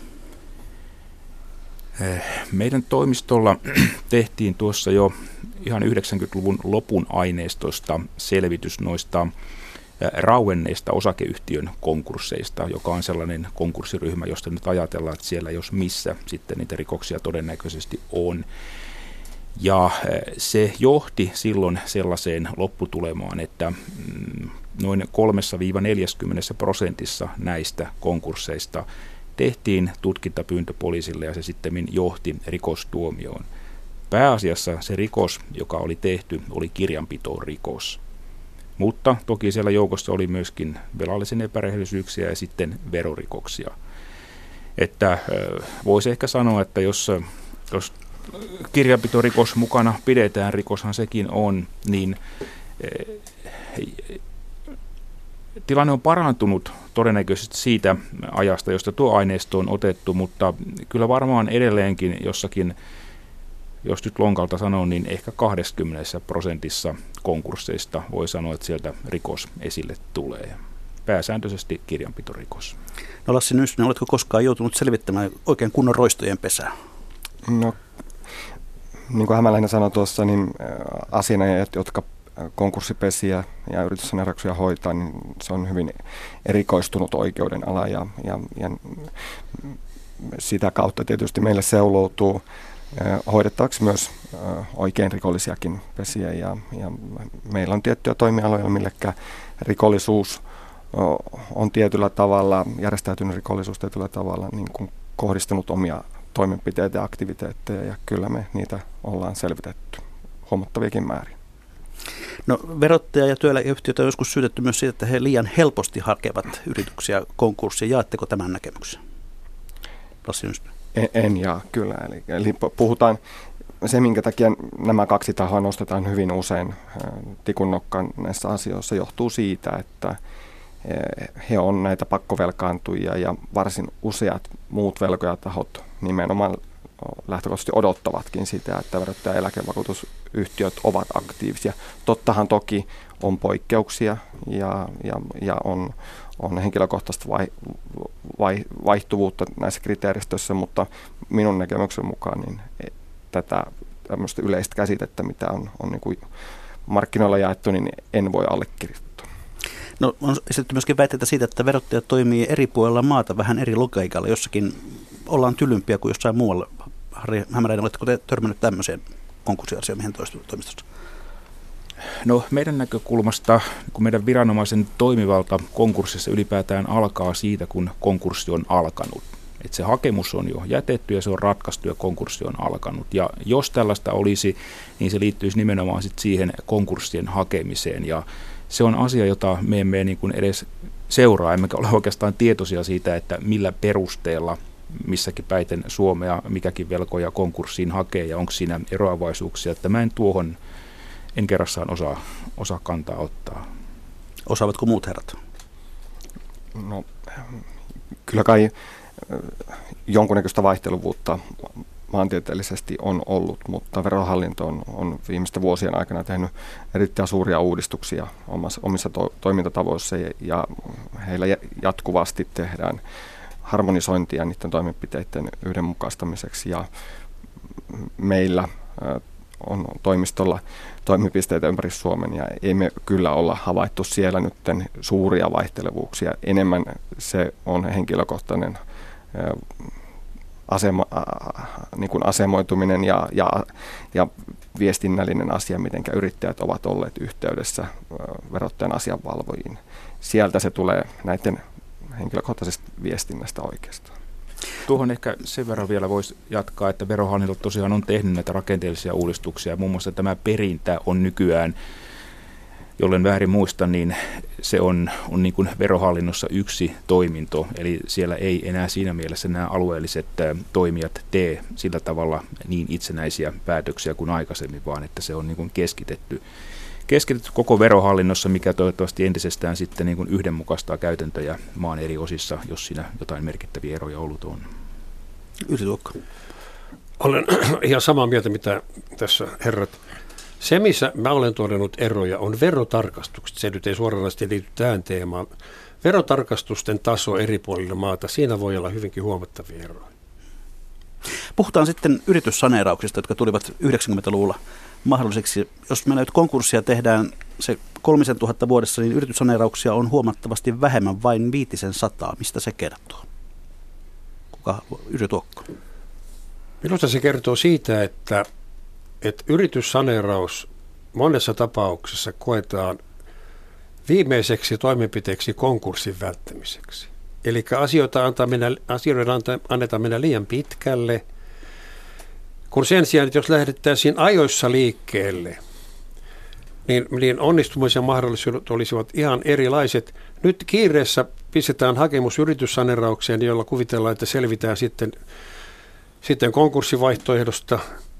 Meidän toimistolla tehtiin tuossa jo ihan 90-luvun lopun aineistosta selvitys noista rauenneista osakeyhtiön konkursseista, joka on sellainen konkurssiryhmä, josta nyt ajatellaan, että siellä jos missä sitten niitä rikoksia todennäköisesti on. Ja se johti silloin sellaiseen lopputulemaan, että noin 3-40% näistä konkursseista tehtiin tutkintapyyntö poliisille ja se sitten johti rikostuomioon. Pääasiassa se rikos, joka oli tehty, oli kirjanpitorikos. Mutta toki siellä joukossa oli myöskin velallisen epärehellisyyksiä ja sitten verorikoksia. Että voisi ehkä sanoa, että jos kirjanpitorikos mukana pidetään, rikoshan sekin on, niin tilanne on parantunut todennäköisesti siitä ajasta, josta tuo aineisto on otettu, mutta kyllä varmaan edelleenkin jossakin, jos nyt lonkalta sanon, niin ehkä 20% konkursseista voi sanoa, että sieltä rikos esille tulee. Pääsääntöisesti kirjanpitorikos. No Lassi Nyssönen, oletko koskaan joutunut selvittämään oikein kunnon roistojen pesää? No, niin kuin Hämäläinen sanoi tuossa, niin asianajajat, jotka konkurssipesiä ja yrityssaneerauksia hoitaa, niin se on hyvin erikoistunut oikeuden ala ja sitä kautta tietysti meille seuloutuu hoidettavaksi myös oikein rikollisiakin pesiä ja meillä on tiettyjä toimialoja, millekä rikollisuus on tietyllä tavalla, järjestäytynyt rikollisuus tietyllä tavalla niin kuin kohdistanut omia toimenpiteitä ja aktiviteetteja ja kyllä me niitä ollaan selvitetty huomattaviakin määrin. No verottaja ja työeläkeyhtiöt on joskus syytetty myös siitä, että he liian helposti hakevat yrityksiä konkurssiin. Jaatteko tämän näkemyksen? En jaa, kyllä. Eli puhutaan, se minkä takia nämä kaksi tahoa nostetaan hyvin usein tikun nokkaan näissä asioissa, johtuu siitä, että he on näitä pakkovelkaantujia ja varsin useat muut velkojatahot nimenomaan lähtökohtaisesti odottavatkin sitä, että verottaja- ja eläkevakuutusyhtiöt ovat aktiivisia. Tottahan toki on poikkeuksia ja on henkilökohtaista vaihtuvuutta näissä kriteeristöissä, mutta minun näkemyksen mukaan niin tätä tämmöistä yleistä käsitettä, mitä on niin kuin markkinoilla jaettu, niin en voi allekirjoittaa. No on esitetty myöskin väitteitä siitä, että verottaja toimii eri puolilla maata vähän eri logiikalla. Jossakin ollaan tylympiä kuin jossain muualla. Harri Hämäläinen, oletteko te törmännyt tämmöiseen konkurssiasiamiehen toimistossa? No meidän näkökulmasta, kun meidän viranomaisen toimivalta konkurssissa ylipäätään alkaa siitä, kun konkurssi on alkanut. Että se hakemus on jo jätetty ja se on ratkaistu ja konkurssi on alkanut. Ja jos tällaista olisi, niin se liittyisi nimenomaan sit siihen konkurssien hakemiseen. Ja se on asia, jota me emme niin kuin edes seuraa, emmekä ole oikeastaan tietoisia siitä, että millä perusteella missäkin päiten Suomea mikäkin velkoja konkurssiin hakee ja onko siinä eroavaisuuksia. Että mä en kerrassaan osaa kantaa ottaa. Osaavatko muut herrat? No kyllä kai jonkunnäköistä vaihteluvuutta maantieteellisesti on ollut, mutta Verohallinto on viimeisten vuosien aikana tehnyt erittäin suuria uudistuksia omissa toimintatavoissa ja heillä jatkuvasti tehdään harmonisointia niiden toimenpiteiden yhdenmukaistamiseksi, ja meillä on toimistolla toimipisteitä ympäri Suomen, ja ei me kyllä olla havaittu siellä nyt suuria vaihtelevuuksia. Enemmän se on henkilökohtainen niin kuin asemoituminen ja viestinnällinen asia, miten yrittäjät ovat olleet yhteydessä verottajan asianvalvojiin. Sieltä se tulee näiden henkilökohtaisesta viestinnästä oikeastaan. Tuohon ehkä sen verran vielä voisi jatkaa, että Verohallinto tosiaan on tehnyt näitä rakenteellisia uudistuksia. Muun muassa tämä perintä on nykyään, jollen väärin muista, niin se on niin kuin Verohallinnossa yksi toiminto. Eli siellä ei enää siinä mielessä nämä alueelliset toimijat tee sillä tavalla niin itsenäisiä päätöksiä kuin aikaisemmin, vaan että se on niin kuin keskitetty koko Verohallinnossa, mikä toivottavasti entisestään sitten niin kuin yhdenmukaistaa käytäntöjä maan eri osissa, jos siinä jotain merkittäviä eroja ollut on. Yrjö Tuokko. Olen ihan samaa mieltä, mitä tässä herrat. Se, missä mä olen todennut eroja, on verotarkastukset. Se nyt ei suoranaisesti liity tähän teemaan. Verotarkastusten taso eri puolilla maata, siinä voi olla hyvinkin huomattavia eroja. Puhutaan sitten yrityssaneerauksista, jotka tulivat 90-luvulla mahdolliseksi. Jos me nyt konkurssia tehdään se 3000 vuodessa, niin yrityssaneerauksia on huomattavasti vähemmän, vain 500. Mistä se kertoo? Yrjö Tuokko. Minusta se kertoo siitä, että yrityssaneeraus monessa tapauksessa koetaan viimeiseksi toimenpiteeksi konkurssin välttämiseksi. Eli asioiden annetaan mennä liian pitkälle, kun sen sijaan, että jos lähdettäisiin ajoissa liikkeelle, niin onnistumisen mahdollisuudet olisivat ihan erilaiset. Nyt kiireessä pistetään hakemus yrityssaneeraukseen, jolla kuvitellaan, että selvitään sitten konkurssivaihtoehdosta.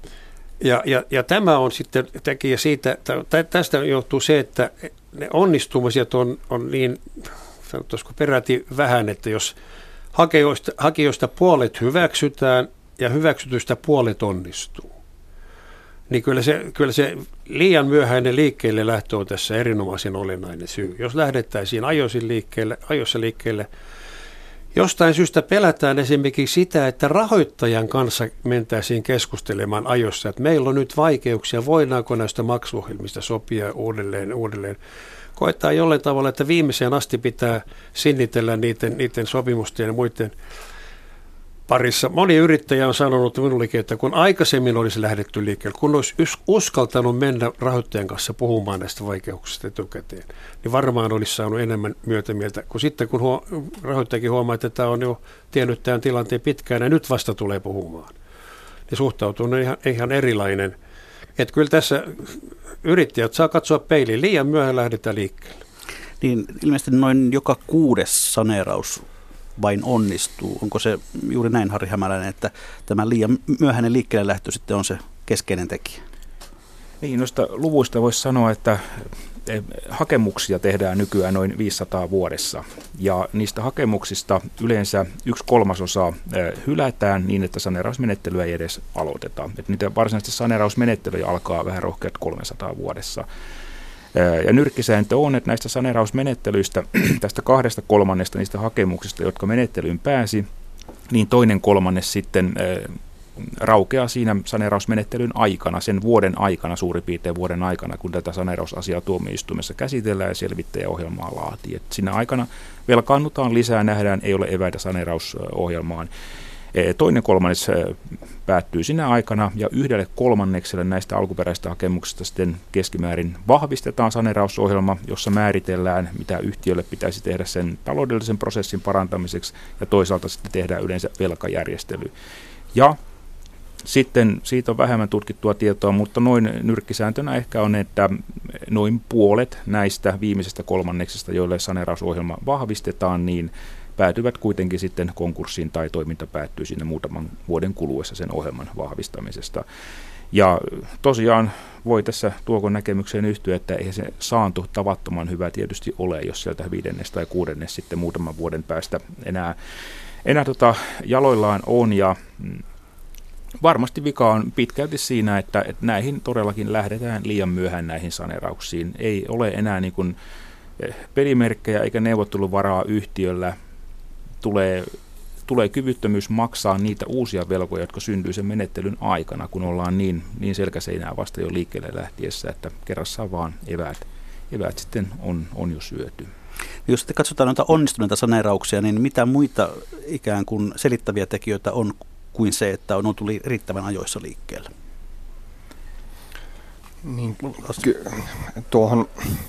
Ja tämä on sitten tekijä siitä, tästä johtuu se, että ne onnistumiset on niin, sanottaisiko peräti vähän, että jos hakijoista puolet hyväksytään ja hyväksytystä puolet onnistuu, niin kyllä se liian myöhäinen liikkeelle lähtö on tässä erinomaisen olennainen syy. Jos lähdettäisiin ajoissa liikkeelle, jostain syystä pelätään esimerkiksi sitä, että rahoittajan kanssa mentäisiin keskustelemaan ajoissa, että meillä on nyt vaikeuksia, voidaanko näistä maksuohjelmista sopia uudelleen. Koetaan jollain tavalla, että viimeiseen asti pitää sinnitellä niiden sopimusten ja muiden parissa. Moni yrittäjä on sanonut minullekin, että kun aikaisemmin olisi lähdetty liikkeelle, kun olisi uskaltanut mennä rahoittajan kanssa puhumaan näistä vaikeuksista etukäteen, niin varmaan olisi saanut enemmän myötämieltä. Kun sitten kun rahoittajakin huomaa, että tämä on jo tiennyt tämän tilanteen pitkään ja nyt vasta tulee puhumaan, niin suhtautuminen on ihan erilainen. Että kyllä tässä yrittäjät saa katsoa peiliin, liian myöhään lähdetään liikkeelle. Niin ilmeisesti noin joka 6. saneeraus vain onnistuu. Onko se juuri näin, Harri Hämäläinen, että tämä liian myöhäinen liikkeelle lähtö sitten on se keskeinen tekijä? Niin, noista luvuista voisi sanoa, että hakemuksia tehdään nykyään noin 500 vuodessa. Ja niistä hakemuksista yleensä 1/3 hylätään niin, että saneerausmenettelyä ei edes aloiteta. Että niitä varsinaisesti saneerausmenettelyjä alkaa vähän rohkeat 300 vuodessa. Ja nyrkkisääntö on, että näistä saneerausmenettelyistä, tästä 2/3 niistä hakemuksista, jotka menettelyyn pääsi, niin 2/3 sitten raukeaa siinä saneerausmenettelyn aikana, sen vuoden aikana, suurin piirtein vuoden aikana, kun tätä saneerausasiaa tuomioistuimessa käsitellään ja selvittäjäohjelmaa laatii. Et siinä aikana velkaannutaan lisää, nähdään, ei ole eväitä saneerausohjelmaan. 2/3 päättyy sinä aikana ja 1/3 näistä alkuperäisistä hakemuksista sitten keskimäärin vahvistetaan saneerausohjelma, jossa määritellään, mitä yhtiölle pitäisi tehdä sen taloudellisen prosessin parantamiseksi ja toisaalta sitten tehdään yleensä velkajärjestely. Ja sitten siitä on vähemmän tutkittua tietoa, mutta noin nyrkkisääntönä ehkä on, että noin puolet näistä viimeisestä 1/3, joille saneerausohjelma vahvistetaan, niin päätyvät kuitenkin sitten konkurssiin tai toiminta päättyy sinne muutaman vuoden kuluessa sen ohjelman vahvistamisesta. Ja tosiaan voi tässä Tuokon näkemykseen yhtyä, että eihän se saanto tavattoman hyvä tietysti ole, jos sieltä 5. tai 6. sitten muutaman vuoden päästä enää jaloillaan on. Ja varmasti vika on pitkälti siinä, että näihin todellakin lähdetään liian myöhään näihin saneerauksiin. Ei ole enää niin kuin pelimerkkejä eikä neuvotteluvaraa yhtiöllä. Tulee tulee kyvyttömyys maksaa niitä uusia velkoja, jotka syntyy sen menettelyn aikana, kun ollaan niin selkäseinää vasta jo liikkeelle lähtiessä, että kerrassaan vaan eväät sitten on jo syöty. Jos sitten katsotaan noita onnistuneita saneerauksia, niin mitä muita ikään kuin selittäviä tekijöitä on kuin se, että on tullut riittävän ajoissa liikkeelle? Niin, tuohon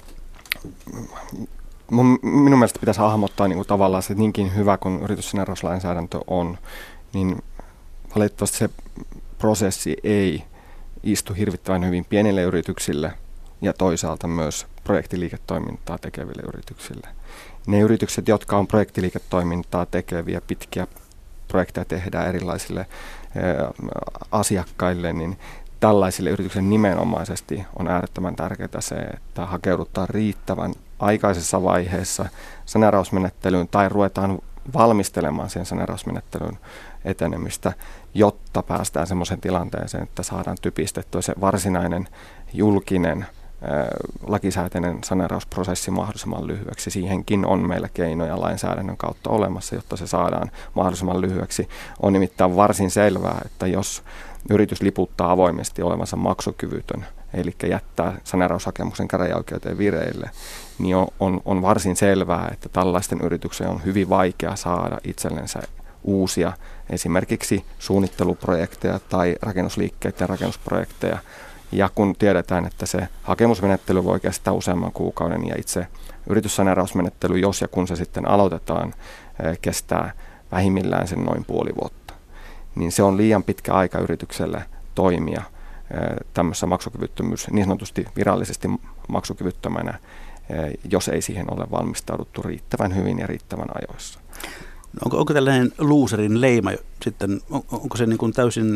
minun mielestä pitäisi hahmottaa niin kuin tavallaan se niinkin hyvä, kun yrityssaneerauslainsäädäntö on, niin valitettavasti se prosessi ei istu hirvittävän hyvin pienille yrityksille ja toisaalta myös projektiliiketoimintaa tekeville yrityksille. Ne yritykset, jotka on projektiliiketoimintaa tekeviä, pitkiä projekteja tehdään erilaisille asiakkaille, niin tällaisille yrityksille nimenomaisesti on äärettömän tärkeää se, että hakeudutaan riittävän aikaisessa vaiheessa saneerausmenettelyyn tai ruvetaan valmistelemaan sen saneerausmenettelyn etenemistä, jotta päästään semmoiseen tilanteeseen, että saadaan typistettyä se varsinainen julkinen lakisääteinen saneerausprosessi mahdollisimman lyhyeksi. Siihenkin on meillä keinoja lainsäädännön kautta olemassa, jotta se saadaan mahdollisimman lyhyeksi. On nimittäin varsin selvää, että jos yritys liputtaa avoimesti olevansa maksukyvytön, eli jättää saneeraushakemuksen käräjäoikeuteen vireille, niin on varsin selvää, että tällaisten yrityksen on hyvin vaikea saada itsellensä uusia esimerkiksi suunnitteluprojekteja tai rakennusliikkeiden rakennusprojekteja. Ja kun tiedetään, että se hakemusmenettely voi kestää useamman kuukauden ja itse yrityssaneerausmenettely, jos ja kun se sitten aloitetaan, kestää vähimmillään sen noin puoli vuotta, niin se on liian pitkä aika yritykselle toimia tämmöisessä niin sanotusti virallisesti maksukyvyttömänä, jos ei siihen ole valmistauduttu riittävän hyvin ja riittävän ajoissa. Onko tällainen loserin leima sitten, onko se niin kuin täysin,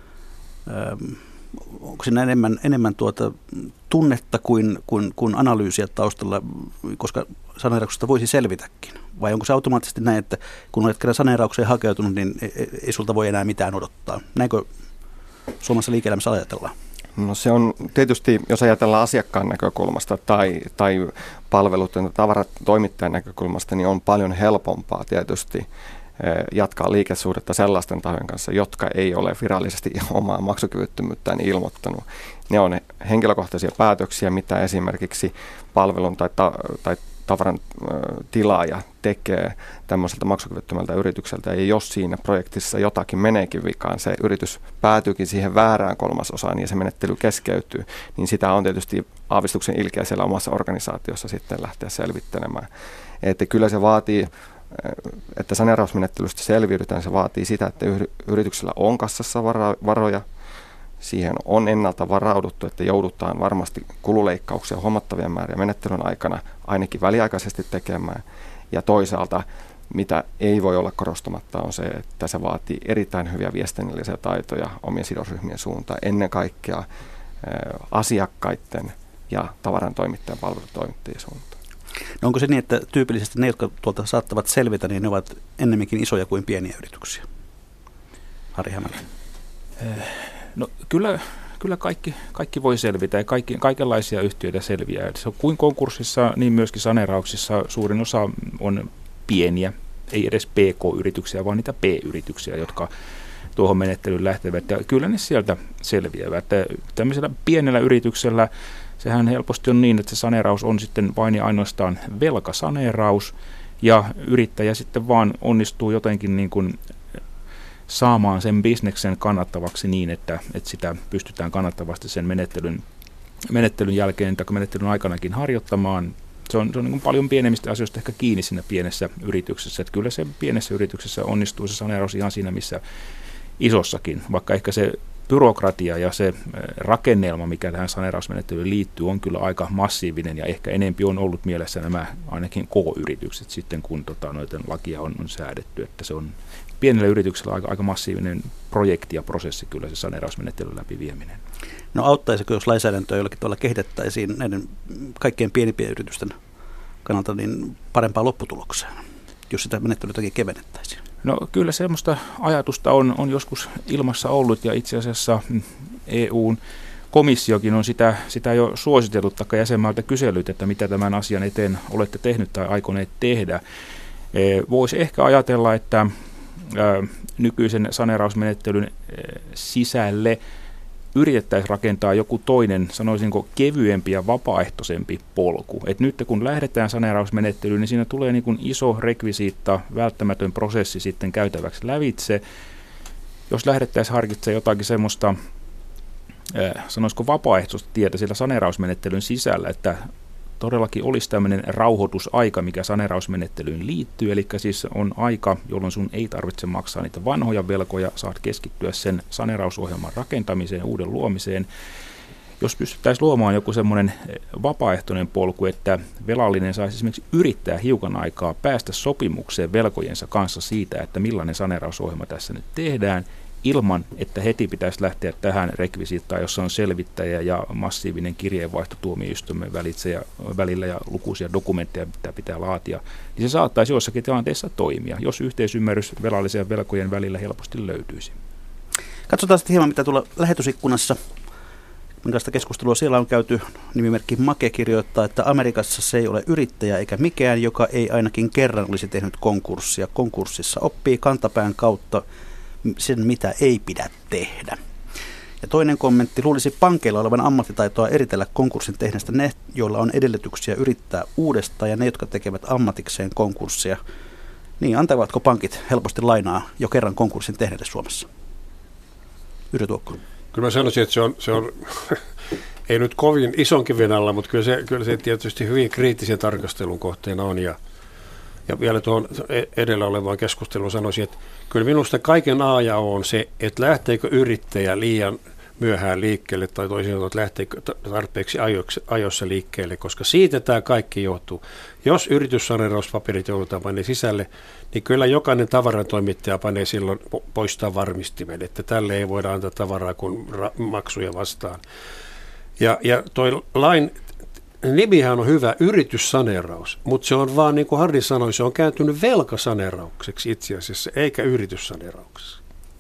onko siinä enemmän tunnetta kuin analyysiä taustalla, koska saneerauksesta voisi selvitäkin? Vai onko se automaattisesti näin, että kun olet kerran saneeraukseen hakeutunut, niin ei sulta voi enää mitään odottaa? Näinkö Suomessa liike-elämässä ajatellaan? No se on tietysti, jos ajatellaan asiakkaan näkökulmasta tai palveluiden tavaratoimittajan näkökulmasta, niin on paljon helpompaa tietysti jatkaa liikesuhdetta sellaisten tahojen kanssa, jotka ei ole virallisesti omaa maksukyvyttömyyttään ilmoittanut. Ne on henkilökohtaisia päätöksiä, mitä esimerkiksi palvelun tai tavaran tilaaja tekee tämmöiseltä maksukyvyttömältä yritykseltä, ja jos siinä projektissa jotakin meneekin vikaan, se yritys päätyykin siihen väärään kolmasosaan ja se menettely keskeytyy, niin sitä on tietysti aavistuksen ilkeä siellä omassa organisaatiossa sitten lähteä selvittelemään. Että kyllä se vaatii, että saneerausmenettelystä selviydytään, se vaatii sitä, että yrityksellä on kassassa varoja, siihen on ennalta varauduttu, että joudutaan varmasti kululeikkauksia huomattavia määriä menettelyn aikana ainakin väliaikaisesti tekemään. Ja toisaalta, mitä ei voi olla korostamatta, on se, että se vaatii erittäin hyviä viestinnällisiä taitoja omien sidosryhmien suuntaan, ennen kaikkea asiakkaiden ja tavarantoimittajan palvelutoimittajien suuntaan. No onko se niin, että tyypillisesti ne, jotka tuolta saattavat selvitä, niin ne ovat ennemminkin isoja kuin pieniä yrityksiä? Harri Hämäläinen. No kyllä kaikki voi selvitä ja kaikenlaisia yhtiöitä selviää. Se on kuin konkurssissa, niin myöskin saneerauksissa suurin osa on pieniä, ei edes PK-yrityksiä, vaan niitä P-yrityksiä, jotka tuohon menettelyyn lähtevät. Ja kyllä ne sieltä selviävät. Tämmöisellä pienellä yrityksellä sehän helposti on niin, että se saneeraus on sitten vain ja ainoastaan velkasaneeraus, ja yrittäjä sitten vaan onnistuu jotenkin niin kuin saamaan sen bisneksen kannattavaksi niin, että sitä pystytään kannattavasti sen menettelyn jälkeen tai menettelyn aikanakin harjoittamaan. Se on niin kuin paljon pienemmistä asioista ehkä kiinni siinä pienessä yrityksessä. Että kyllä se pienessä yrityksessä onnistuu se saneeraus ihan siinä, missä isossakin, vaikka ehkä se byrokratia ja se rakennelma, mikä tähän saneerausmenettelyyn liittyy, on kyllä aika massiivinen ja ehkä enempi on ollut mielessä nämä ainakin K-yritykset sitten, kun noiden lakia on säädetty, että se on pienellä yrityksellä aika massiivinen projekti ja prosessi kyllä se saneerausmenettelyn läpivieminen. No auttaisiko, jos lainsäädäntöä jollakin tavalla kehitettäisiin näiden kaikkein pienimpien yritysten kannalta niin parempaa lopputulokseen, jos sitä menettelytäkin kevennettäisiin? No kyllä semmoista ajatusta on joskus ilmassa ollut ja itse asiassa EUn komissiokin on sitä jo suositellut tai jäsenmaalta kysellyt, että mitä tämän asian eteen olette tehnyt tai aikoneet tehdä. Voisi ehkä ajatella, että nykyisen saneerausmenettelyn sisälle yritettäisiin rakentaa joku toinen, sanoisinko kevyempi ja vapaaehtoisempi polku. Et nyt kun lähdetään saneerausmenettelyyn, niin siinä tulee niin kuin iso rekvisiitta, välttämätön prosessi sitten käytäväksi lävitse. Jos lähdettäisiin harkitsemaan jotakin semmoista, sanoisiko vapaaehtoista tietä siellä saneerausmenettelyn sisällä, että todellakin olisi tämmöinen rauhoitusaika, mikä saneerausmenettelyyn liittyy, eli siis on aika, jolloin sun ei tarvitse maksaa niitä vanhoja velkoja, saat keskittyä sen saneerausohjelman rakentamiseen, uuden luomiseen. Jos pystyttäisiin luomaan joku semmoinen vapaaehtoinen polku, että velallinen saisi esimerkiksi yrittää hiukan aikaa päästä sopimukseen velkojensa kanssa siitä, että millainen saneerausohjelma tässä nyt tehdään, ilman, että heti pitäisi lähteä tähän rekvisiittaan, jossa on selvittäjä ja massiivinen kirjeenvaihto tuomioistuimen välillä ja lukuisia dokumentteja, mitä pitää laatia, niin se saattaisi joissakin tilanteissa toimia, jos yhteisymmärrys velallisen ja velkojen välillä helposti löytyisi. Katsotaan sitten hieman, mitä tuolla lähetysikkunassa, minkälaista keskustelua siellä on käyty. Nimimerkki Make kirjoittaa, että Amerikassa se ei ole yrittäjä eikä mikään, joka ei ainakin kerran olisi tehnyt konkurssia. Konkurssissa oppii kantapään kautta sen, mitä ei pidä tehdä. Ja toinen kommentti, luulisi pankeilla olevan ammattitaitoa eritellä konkurssin tehneestä ne, joilla on edellytyksiä yrittää uudestaan, ja ne, jotka tekevät ammatikseen konkurssia. Niin, antavatko pankit helposti lainaa jo kerran konkurssin tehneelle Suomessa? Yrjö Tuokkonen. Kyllä mä sanoisin, että se on ei nyt kovin ison kiven alla, mutta kyllä se tietysti hyvin kriittisen tarkastelun kohteena on. Ja vielä tuohon edellä olevaan keskusteluun sanoisin, että kyllä minusta kaiken A ja O on se, että lähteekö yrittäjä liian myöhään liikkeelle tai toisin sanoen, että lähteekö tarpeeksi ajoissa liikkeelle, koska siitä tämä kaikki johtuu. Jos yrityssaneerauspaperit joudutaan panee sisälle, niin kyllä jokainen tavarantoimittaja panee silloin poistaa varmistimen, että tälle ei voida antaa tavaraa kuin maksuja vastaan. Ja toi lain nimihän on hyvä, yrityssaneeraus, mutta se on vaan, niin kuin Harri sanoi, se on kääntynyt velkasaneeraukseksi itse asiassa, eikä yrityssaneerauksessa.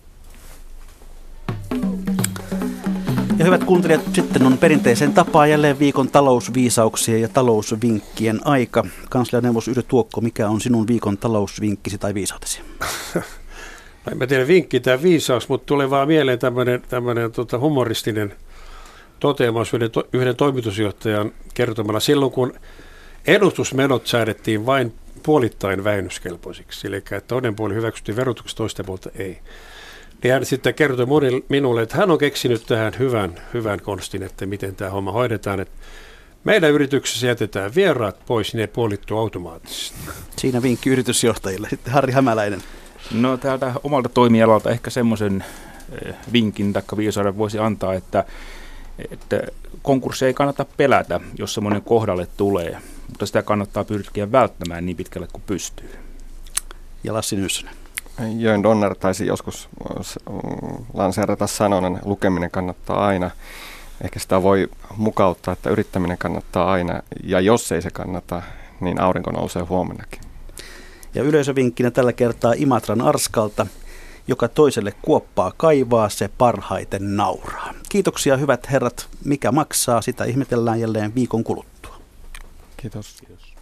Ja hyvät kuuntelijat, sitten on perinteiseen tapaan jälleen viikon talousviisauksien ja talousvinkkien aika. Kanslianeuvos Yrjö Tuokko, mikä on sinun viikon talousvinkkisi tai viisautesi? En mä tiedä vinkki tai viisaus, mutta tulee vaan mieleen tämmöinen humoristinen toteamus yhden toimitusjohtajan kertomana silloin, kun edustusmenot säädettiin vain puolittain vähennyskelpoisiksi, eli että toinen puoli hyväksyttiin verotuksessa, toista puolta ei. Niin hän sitten kertoi minulle, että hän on keksinyt tähän hyvän konstin, että miten tämä homma hoidetaan. Että meidän yrityksessä jätetään vieraat pois, ne puolittuu automaattisesti. Siinä vinkki yritysjohtajille. Sitten Harri Hämäläinen. No täältä omalta toimialalta ehkä semmoisen vinkin tai viisauden voisi antaa, että konkurssia ei kannata pelätä, jos semmoinen kohdalle tulee, mutta sitä kannattaa pyrkiä välttämään niin pitkälle kuin pystyy. Ja Lassi Nyssänen. Jörn Donner taisi joskus lanseerata sanonnan, lukeminen kannattaa aina. Ehkä sitä voi mukauttaa, että yrittäminen kannattaa aina, ja jos ei se kannata, niin aurinko nousee huomennakin. Ja yleisövinkkinä tällä kertaa Imatran Arskalta, joka toiselle kuoppaa kaivaa, se parhaiten nauraa. Kiitoksia hyvät herrat, mikä maksaa, sitä ihmetellään jälleen viikon kuluttua. Kiitos.